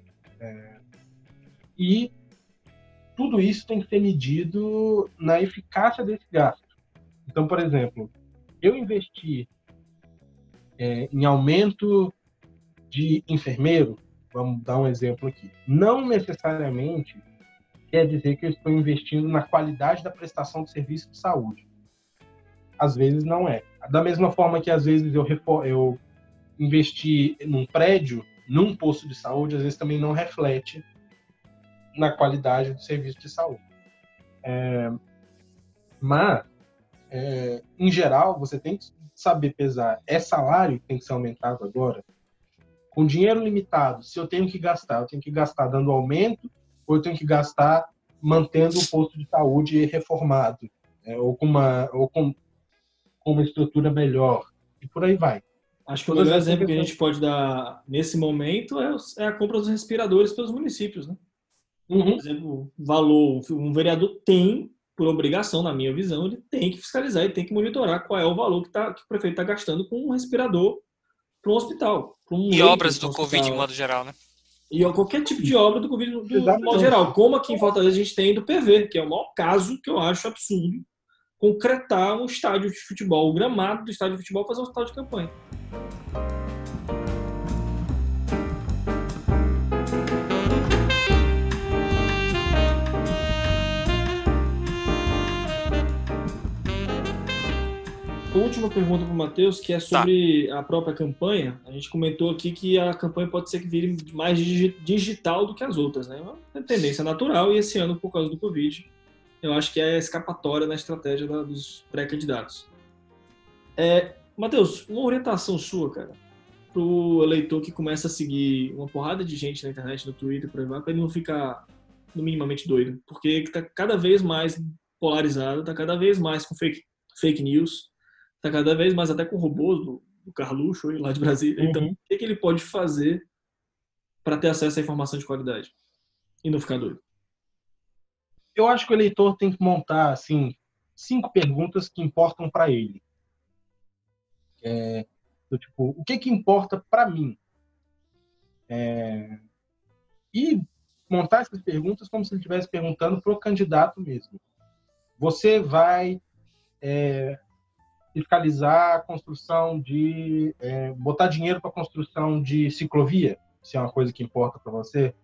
e tudo isso tem que ser medido na eficácia desse gasto. Então, por exemplo, eu investi em aumento de enfermeiro, vamos dar um exemplo aqui, não necessariamente quer dizer que eu estou investindo na qualidade da prestação de serviço de saúde. Às vezes não é. Da mesma forma que às vezes eu investi num prédio, num posto de saúde, às vezes também não reflete na qualidade do serviço de saúde. Mas em geral, você tem que saber pesar. É salário que tem que ser aumentado agora? Com dinheiro limitado, se eu tenho que gastar dando aumento ou eu tenho que gastar mantendo o posto de saúde reformado, ou com uma estrutura melhor, e por aí vai. Acho que o melhor exemplo que a gente pode dar nesse momento é a compra dos respiradores pelos municípios, né? Por exemplo, valor, um vereador tem por obrigação, na minha visão, ele tem que fiscalizar e tem que monitorar qual é o valor que o prefeito está gastando com um respirador para um hospital. E obras do Covid, de modo geral, né? E qualquer tipo de obra do Covid, do modo geral. Como aqui em Fortaleza a gente tem do PV, que é o maior caso que eu acho absurdo, concretar um estádio de futebol, o gramado do estádio de futebol, fazer um hospital de campanha. A última pergunta para o Matheus, que é sobre a própria campanha. A gente comentou aqui que a campanha pode ser que vire mais digital do que as outras, né? É uma tendência natural e esse ano, por causa do Covid, eu acho que é escapatória na estratégia dos pré-candidatos. Matheus, uma orientação sua, cara, para o eleitor que começa a seguir uma porrada de gente na internet, no Twitter, por aí vai, para ele não ficar no minimamente doido, porque está cada vez mais polarizado, está cada vez mais com fake news, está cada vez mais até com robôs do Carluxo, lá de Brasília. Então, o que ele pode fazer para ter acesso à informação de qualidade e não ficar doido? Eu acho que o eleitor tem que montar, assim, 5 perguntas que importam para ele. Tipo, o que importa para mim? E montar essas perguntas como se ele estivesse perguntando para o candidato mesmo. Você vai fiscalizar a construção de... botar dinheiro para a construção de ciclovia, se é uma coisa que importa para você.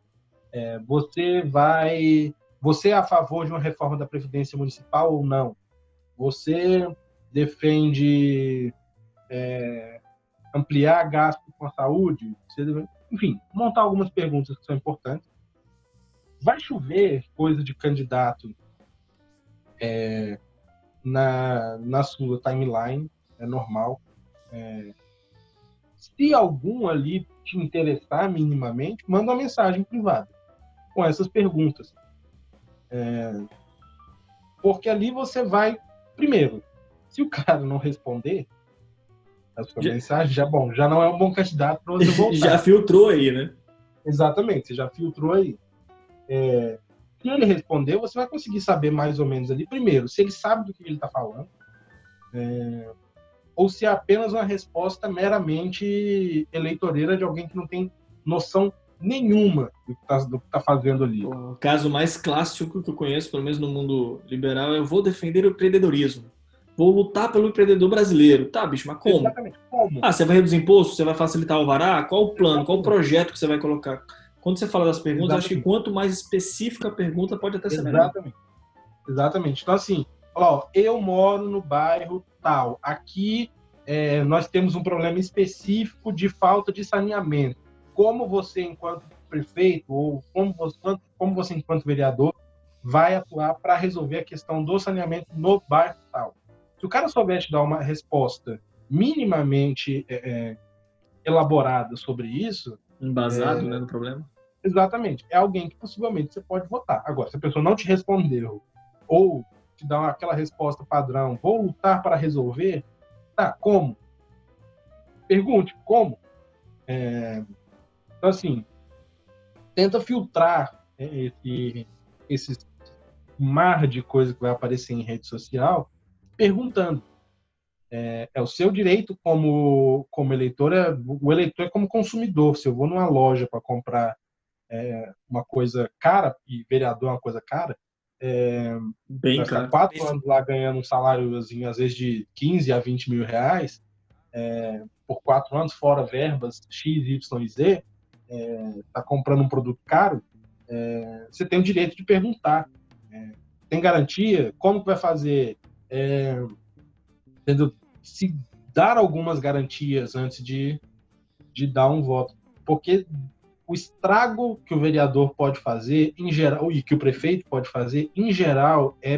Você é a favor de uma reforma da Previdência Municipal ou não? Você defende ampliar gasto com a saúde? Enfim, montar algumas perguntas que são importantes. Vai chover coisa de candidato na sua timeline, é normal. Se algum ali te interessar minimamente, manda uma mensagem privada com essas perguntas. Porque ali você vai... Primeiro, se o cara não responder a sua mensagem, já não é um bom candidato para você voltar. Já filtrou aí, né? Exatamente, você já filtrou aí. Se ele responder, você vai conseguir saber mais ou menos ali, primeiro, se ele sabe do que ele está falando, ou se é apenas uma resposta meramente eleitoreira de alguém que não tem noção nenhuma do que está fazendo ali. O caso mais clássico que eu conheço, pelo menos no mundo liberal, é: eu vou defender o empreendedorismo. Vou lutar pelo empreendedor brasileiro. Tá, bicho, mas como? Exatamente, como? Você vai reduzir imposto? Você vai facilitar o alvará? Qual o plano? Qual o projeto que você vai colocar? Quando você fala das perguntas, acho que quanto mais específica a pergunta, pode até ser melhor. Exatamente. Então, assim, eu moro no bairro tal. Aqui nós temos um problema específico de falta de saneamento. Como você, enquanto prefeito, ou como você, enquanto vereador, vai atuar para resolver a questão do saneamento no bairro tal? Se o cara souber te dar uma resposta minimamente elaborada sobre isso... Embasado, né, no problema. Exatamente. É alguém que possivelmente você pode votar. Agora, se a pessoa não te respondeu ou te dá aquela resposta padrão, vou lutar para resolver, tá, como? Pergunte, como? Então, assim, tenta filtrar esse mar de coisa que vai aparecer em rede social perguntando. É o seu direito como eleitor, o eleitor é como consumidor. Se eu vou numa loja para comprar uma coisa cara, e vereador é uma coisa cara, vai ficar 4 anos lá ganhando um saláriozinho, às vezes de 15 a 20 mil reais, por 4 anos, fora verbas X, Y e Z, tá comprando um produto caro, você tem o direito de perguntar. Tem garantia? Como que vai fazer? Se dar algumas garantias antes de dar um voto. Porque o estrago que o vereador pode fazer, em geral, e que o prefeito pode fazer, em geral, é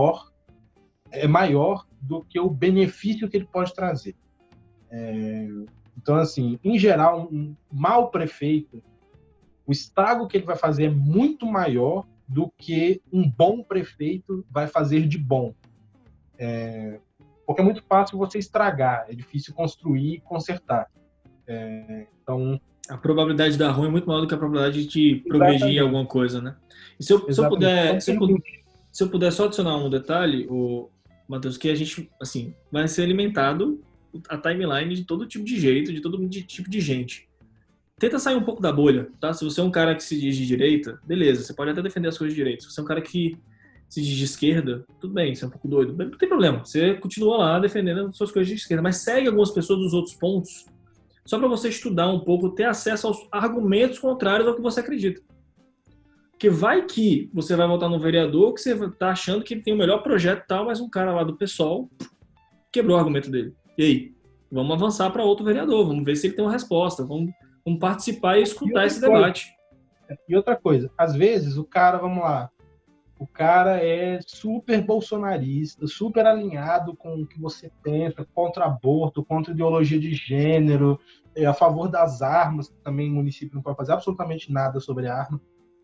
maior do que o benefício que ele pode trazer. Então, assim, em geral, um mau prefeito, o estrago que ele vai fazer é muito maior do que um bom prefeito vai fazer de bom. Porque é muito fácil você estragar, é difícil construir e consertar. Então, a probabilidade de dar ruim é muito maior do que a probabilidade de progredir em alguma coisa, né? E se eu puder... se eu puder só adicionar um detalhe, Matheus, que a gente, assim, vai ser alimentado a timeline de todo tipo de jeito, de todo tipo de gente. Tenta sair um pouco da bolha, tá? Se você é um cara que se diz de direita, beleza, você pode até defender as coisas de direita. Se você é um cara que se diz de esquerda, tudo bem, você é um pouco doido, não tem problema. Você continua lá defendendo as suas coisas de esquerda, mas segue algumas pessoas dos outros pontos, só para você estudar um pouco, ter acesso aos argumentos contrários ao que você acredita. Porque vai que você vai votar no vereador que você tá achando que ele tem o melhor projeto e tal, mas um cara lá do PSOL quebrou o argumento dele. E aí? Vamos avançar para outro vereador, vamos ver se ele tem uma resposta, vamos participar e escutar esse debate. E outra coisa, às vezes o cara, vamos lá, o cara é super bolsonarista, super alinhado com o que você pensa, contra aborto, contra ideologia de gênero, a favor das armas, que também o município não pode fazer absolutamente nada sobre arma.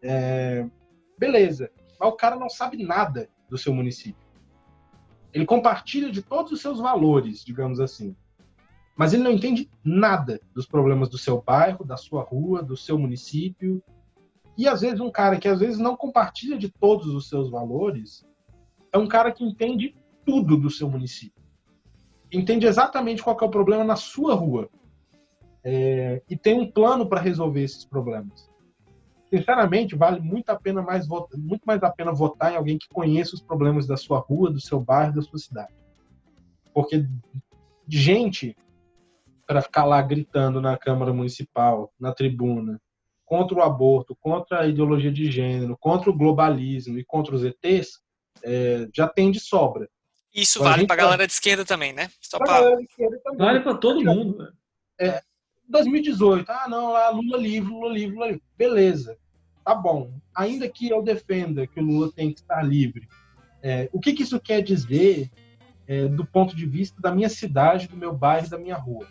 Beleza, mas o cara não sabe nada do seu município. Ele compartilha de todos os seus valores, digamos assim. Mas ele não entende nada dos problemas do seu bairro, da sua rua, do seu município. E às vezes um cara que às vezes não compartilha de todos os seus valores é um cara que entende tudo do seu município. Entende exatamente qual que é o problema na sua rua. E tem um plano para resolver esses problemas. Sinceramente, vale muito mais a pena votar em alguém que conheça os problemas da sua rua, do seu bairro, da sua cidade. Porque gente para ficar lá gritando na Câmara Municipal, na tribuna, contra o aborto, contra a ideologia de gênero, contra o globalismo e contra os ETs, já tem de sobra. Isso vale para a galera de esquerda também, né? Vale para todo mundo. Né? 2018, não, lá Lula livre. Beleza, tá bom. Ainda que eu defenda que o Lula tem que estar livre, o que isso quer dizer do ponto de vista da minha cidade, do meu bairro, da minha rua?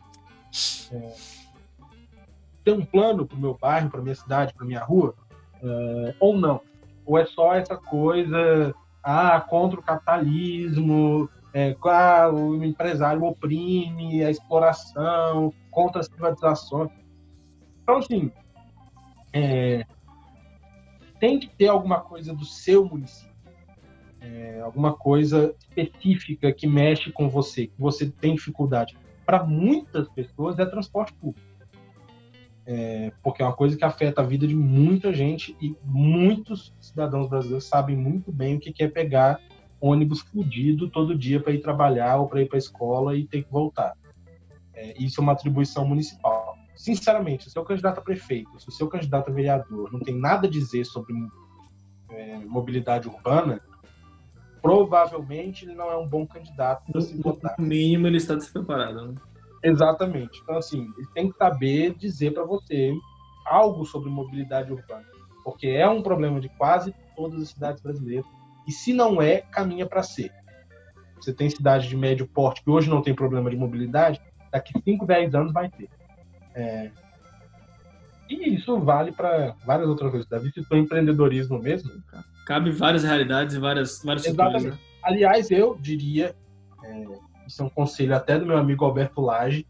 Tem um plano para o meu bairro, para minha cidade, para minha rua? Ou não? Ou é só essa coisa contra o capitalismo, o empresário oprime, a exploração, contra as privatizações? Então, assim, tem que ter alguma coisa do seu município, alguma coisa específica que mexe com você, que você tem dificuldade. Para muitas pessoas é transporte público. Porque é uma coisa que afeta a vida de muita gente e muitos cidadãos brasileiros sabem muito bem o que é pegar ônibus fudido todo dia para ir trabalhar ou para ir para a escola e ter que voltar. Isso é uma atribuição municipal. Sinceramente, se o seu candidato a prefeito, se o seu candidato a vereador não tem nada a dizer sobre mobilidade urbana, provavelmente ele não é um bom candidato para se votar. No mínimo, ele está despreparado, né? Exatamente. Então, assim, ele tem que saber dizer para você algo sobre mobilidade urbana, porque é um problema de quase todas as cidades brasileiras, e se não caminha para ser. Você tem cidade de médio porte que hoje não tem problema de mobilidade, daqui 5, 10 anos vai ter. E isso vale para várias outras coisas. Davi citou empreendedorismo mesmo. Cabe várias realidades e vários setores, né? Aliás, eu diria, isso é um conselho até do meu amigo Alberto Lage,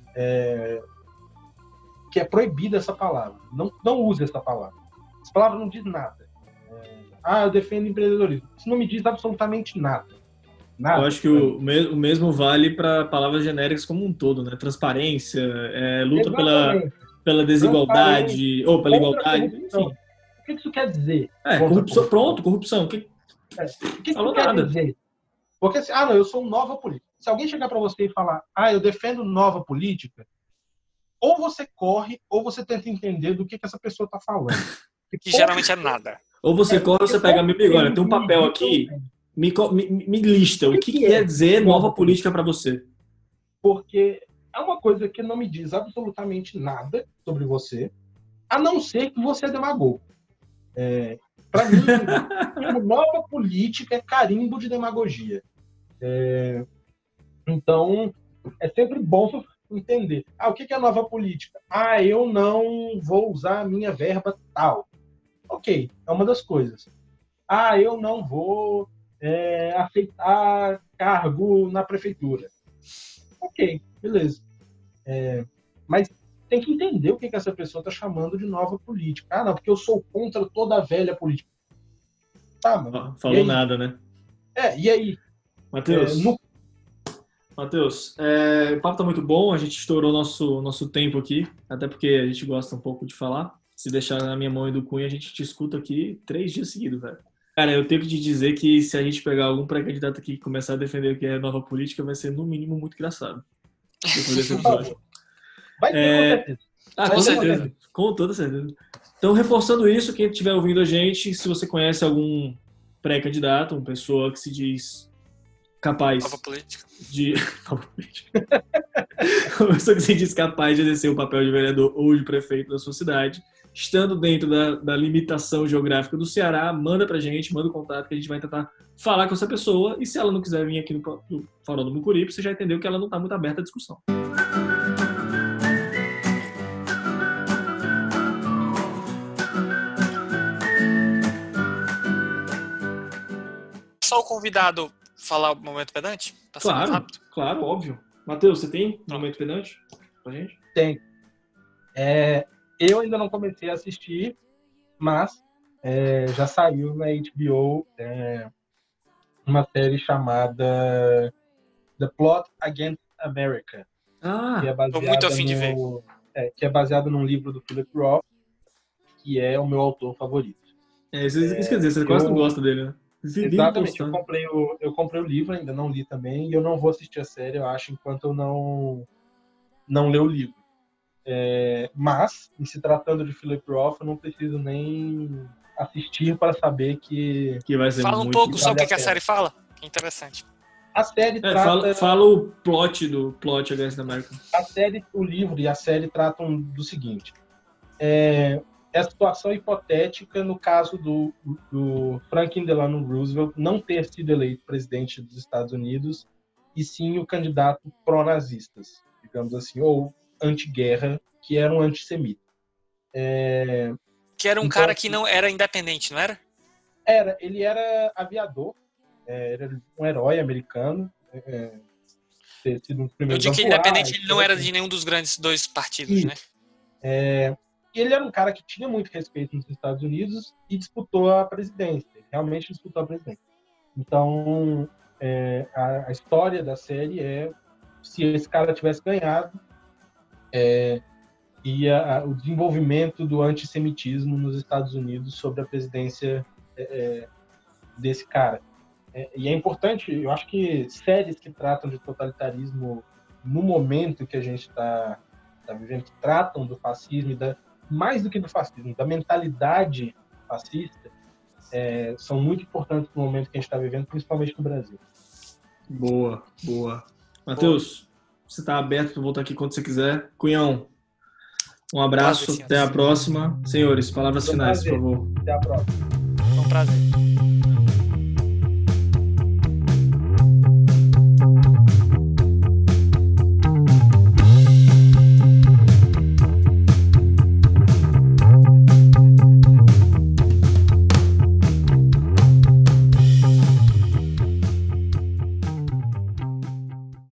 que é proibida essa palavra. Não use essa palavra. Essa palavra não diz nada. Eu defendo empreendedorismo. Isso não me diz absolutamente nada. Eu acho que o mesmo vale para palavras genéricas como um todo, né? Transparência, luta pela desigualdade, ou pela igualdade, enfim. O que isso quer dizer? Corrupção. Pronto, corrupção. O que isso quer dizer? Porque assim, eu sou um nova política. Se alguém chegar para você e falar, eu defendo nova política, ou você corre, ou você tenta entender do que essa pessoa está falando. Que geralmente é nada. Ou você corre, ou você pega meu amigo, olha, tem um papel aqui, me lista o que quer dizer nova política para você. Porque é uma coisa que não me diz absolutamente nada sobre você, a não ser que você é demagogo. Para mim, nova política é carimbo de demagogia. Então, é sempre bom entender. O que é nova política? Eu não vou usar a minha verba tal. Ok, é uma das coisas. Eu não vou aceitar cargo na prefeitura. Ok, beleza. Mas tem que entender o que essa pessoa está chamando de nova política. Não, porque eu sou contra toda a velha política. Tá, mano. Falou nada, né? E aí? Matheus, o papo tá muito bom, a gente estourou nosso tempo aqui, até porque a gente gosta um pouco de falar. Se deixar na minha mão e do Cunha, a gente te escuta aqui 3 dias seguidos, velho. Cara, eu tenho que te dizer que se a gente pegar algum pré-candidato aqui e começar a defender o que é nova política, vai ser, no mínimo, muito engraçado. Depois desse episódio. Vai ter, com certeza. Com toda certeza. Então, reforçando isso, quem estiver ouvindo a gente, se você conhece algum pré-candidato, uma pessoa que se diz capaz Nova política. de... Nova política. Uma pessoa que se diz capaz de exercer o papel de vereador ou de prefeito da sua cidade, estando dentro da limitação geográfica do Ceará, manda pra gente, manda o contato que a gente vai tentar falar com essa pessoa, e se ela não quiser vir aqui no Farol do Mucuripe, você já entendeu que ela não tá muito aberta à discussão. Só o convidado falar o momento pedante? Claro, óbvio. Matheus, você tem um momento pedante pra gente? Tem. Eu ainda não comecei a assistir, mas já saiu na HBO uma série chamada The Plot Against America, que é tô muito afim de ver. Que é baseado num livro do Philip Roth, que é o meu autor favorito. Isso quer dizer, você quase não gosta dele, né? Exatamente, eu comprei o livro, ainda não li também, e eu não vou assistir a série, eu acho, enquanto eu não ler o livro. Mas, em se tratando de Philip Roth, eu não preciso nem assistir para saber que vai ser Fala um pouco sobre o que a série fala, que é interessante. A série trata... Fala o plot Against America. O livro e a série tratam do seguinte. É a situação hipotética no caso do Franklin Delano Roosevelt não ter sido eleito presidente dos Estados Unidos, e sim o candidato pró-nazistas, digamos assim, ou anti-guerra, que era um antissemita. Que era um cara que não era independente, não era? Ele era aviador, era um herói americano, ter sido um dos primeiros. Eu digo que independente, ele não era de nenhum dos grandes 2 partidos, né? Ele era um cara que tinha muito respeito nos Estados Unidos e disputou a presidência. Ele realmente disputou a presidência. Então, a história da série é se esse cara tivesse ganhado e o desenvolvimento do antissemitismo nos Estados Unidos sobre a presidência desse cara. E é importante, eu acho que séries que tratam de totalitarismo no momento que a gente está vivendo, que tratam do fascismo, mais do que do fascismo, da mentalidade fascista, são muito importantes no momento que a gente está vivendo, principalmente no Brasil. Boa. Matheus, você está aberto para voltar aqui quando você quiser. Cunhão, um abraço, até a próxima. Senhores, palavras finais, por favor. Até a próxima. Foi um prazer.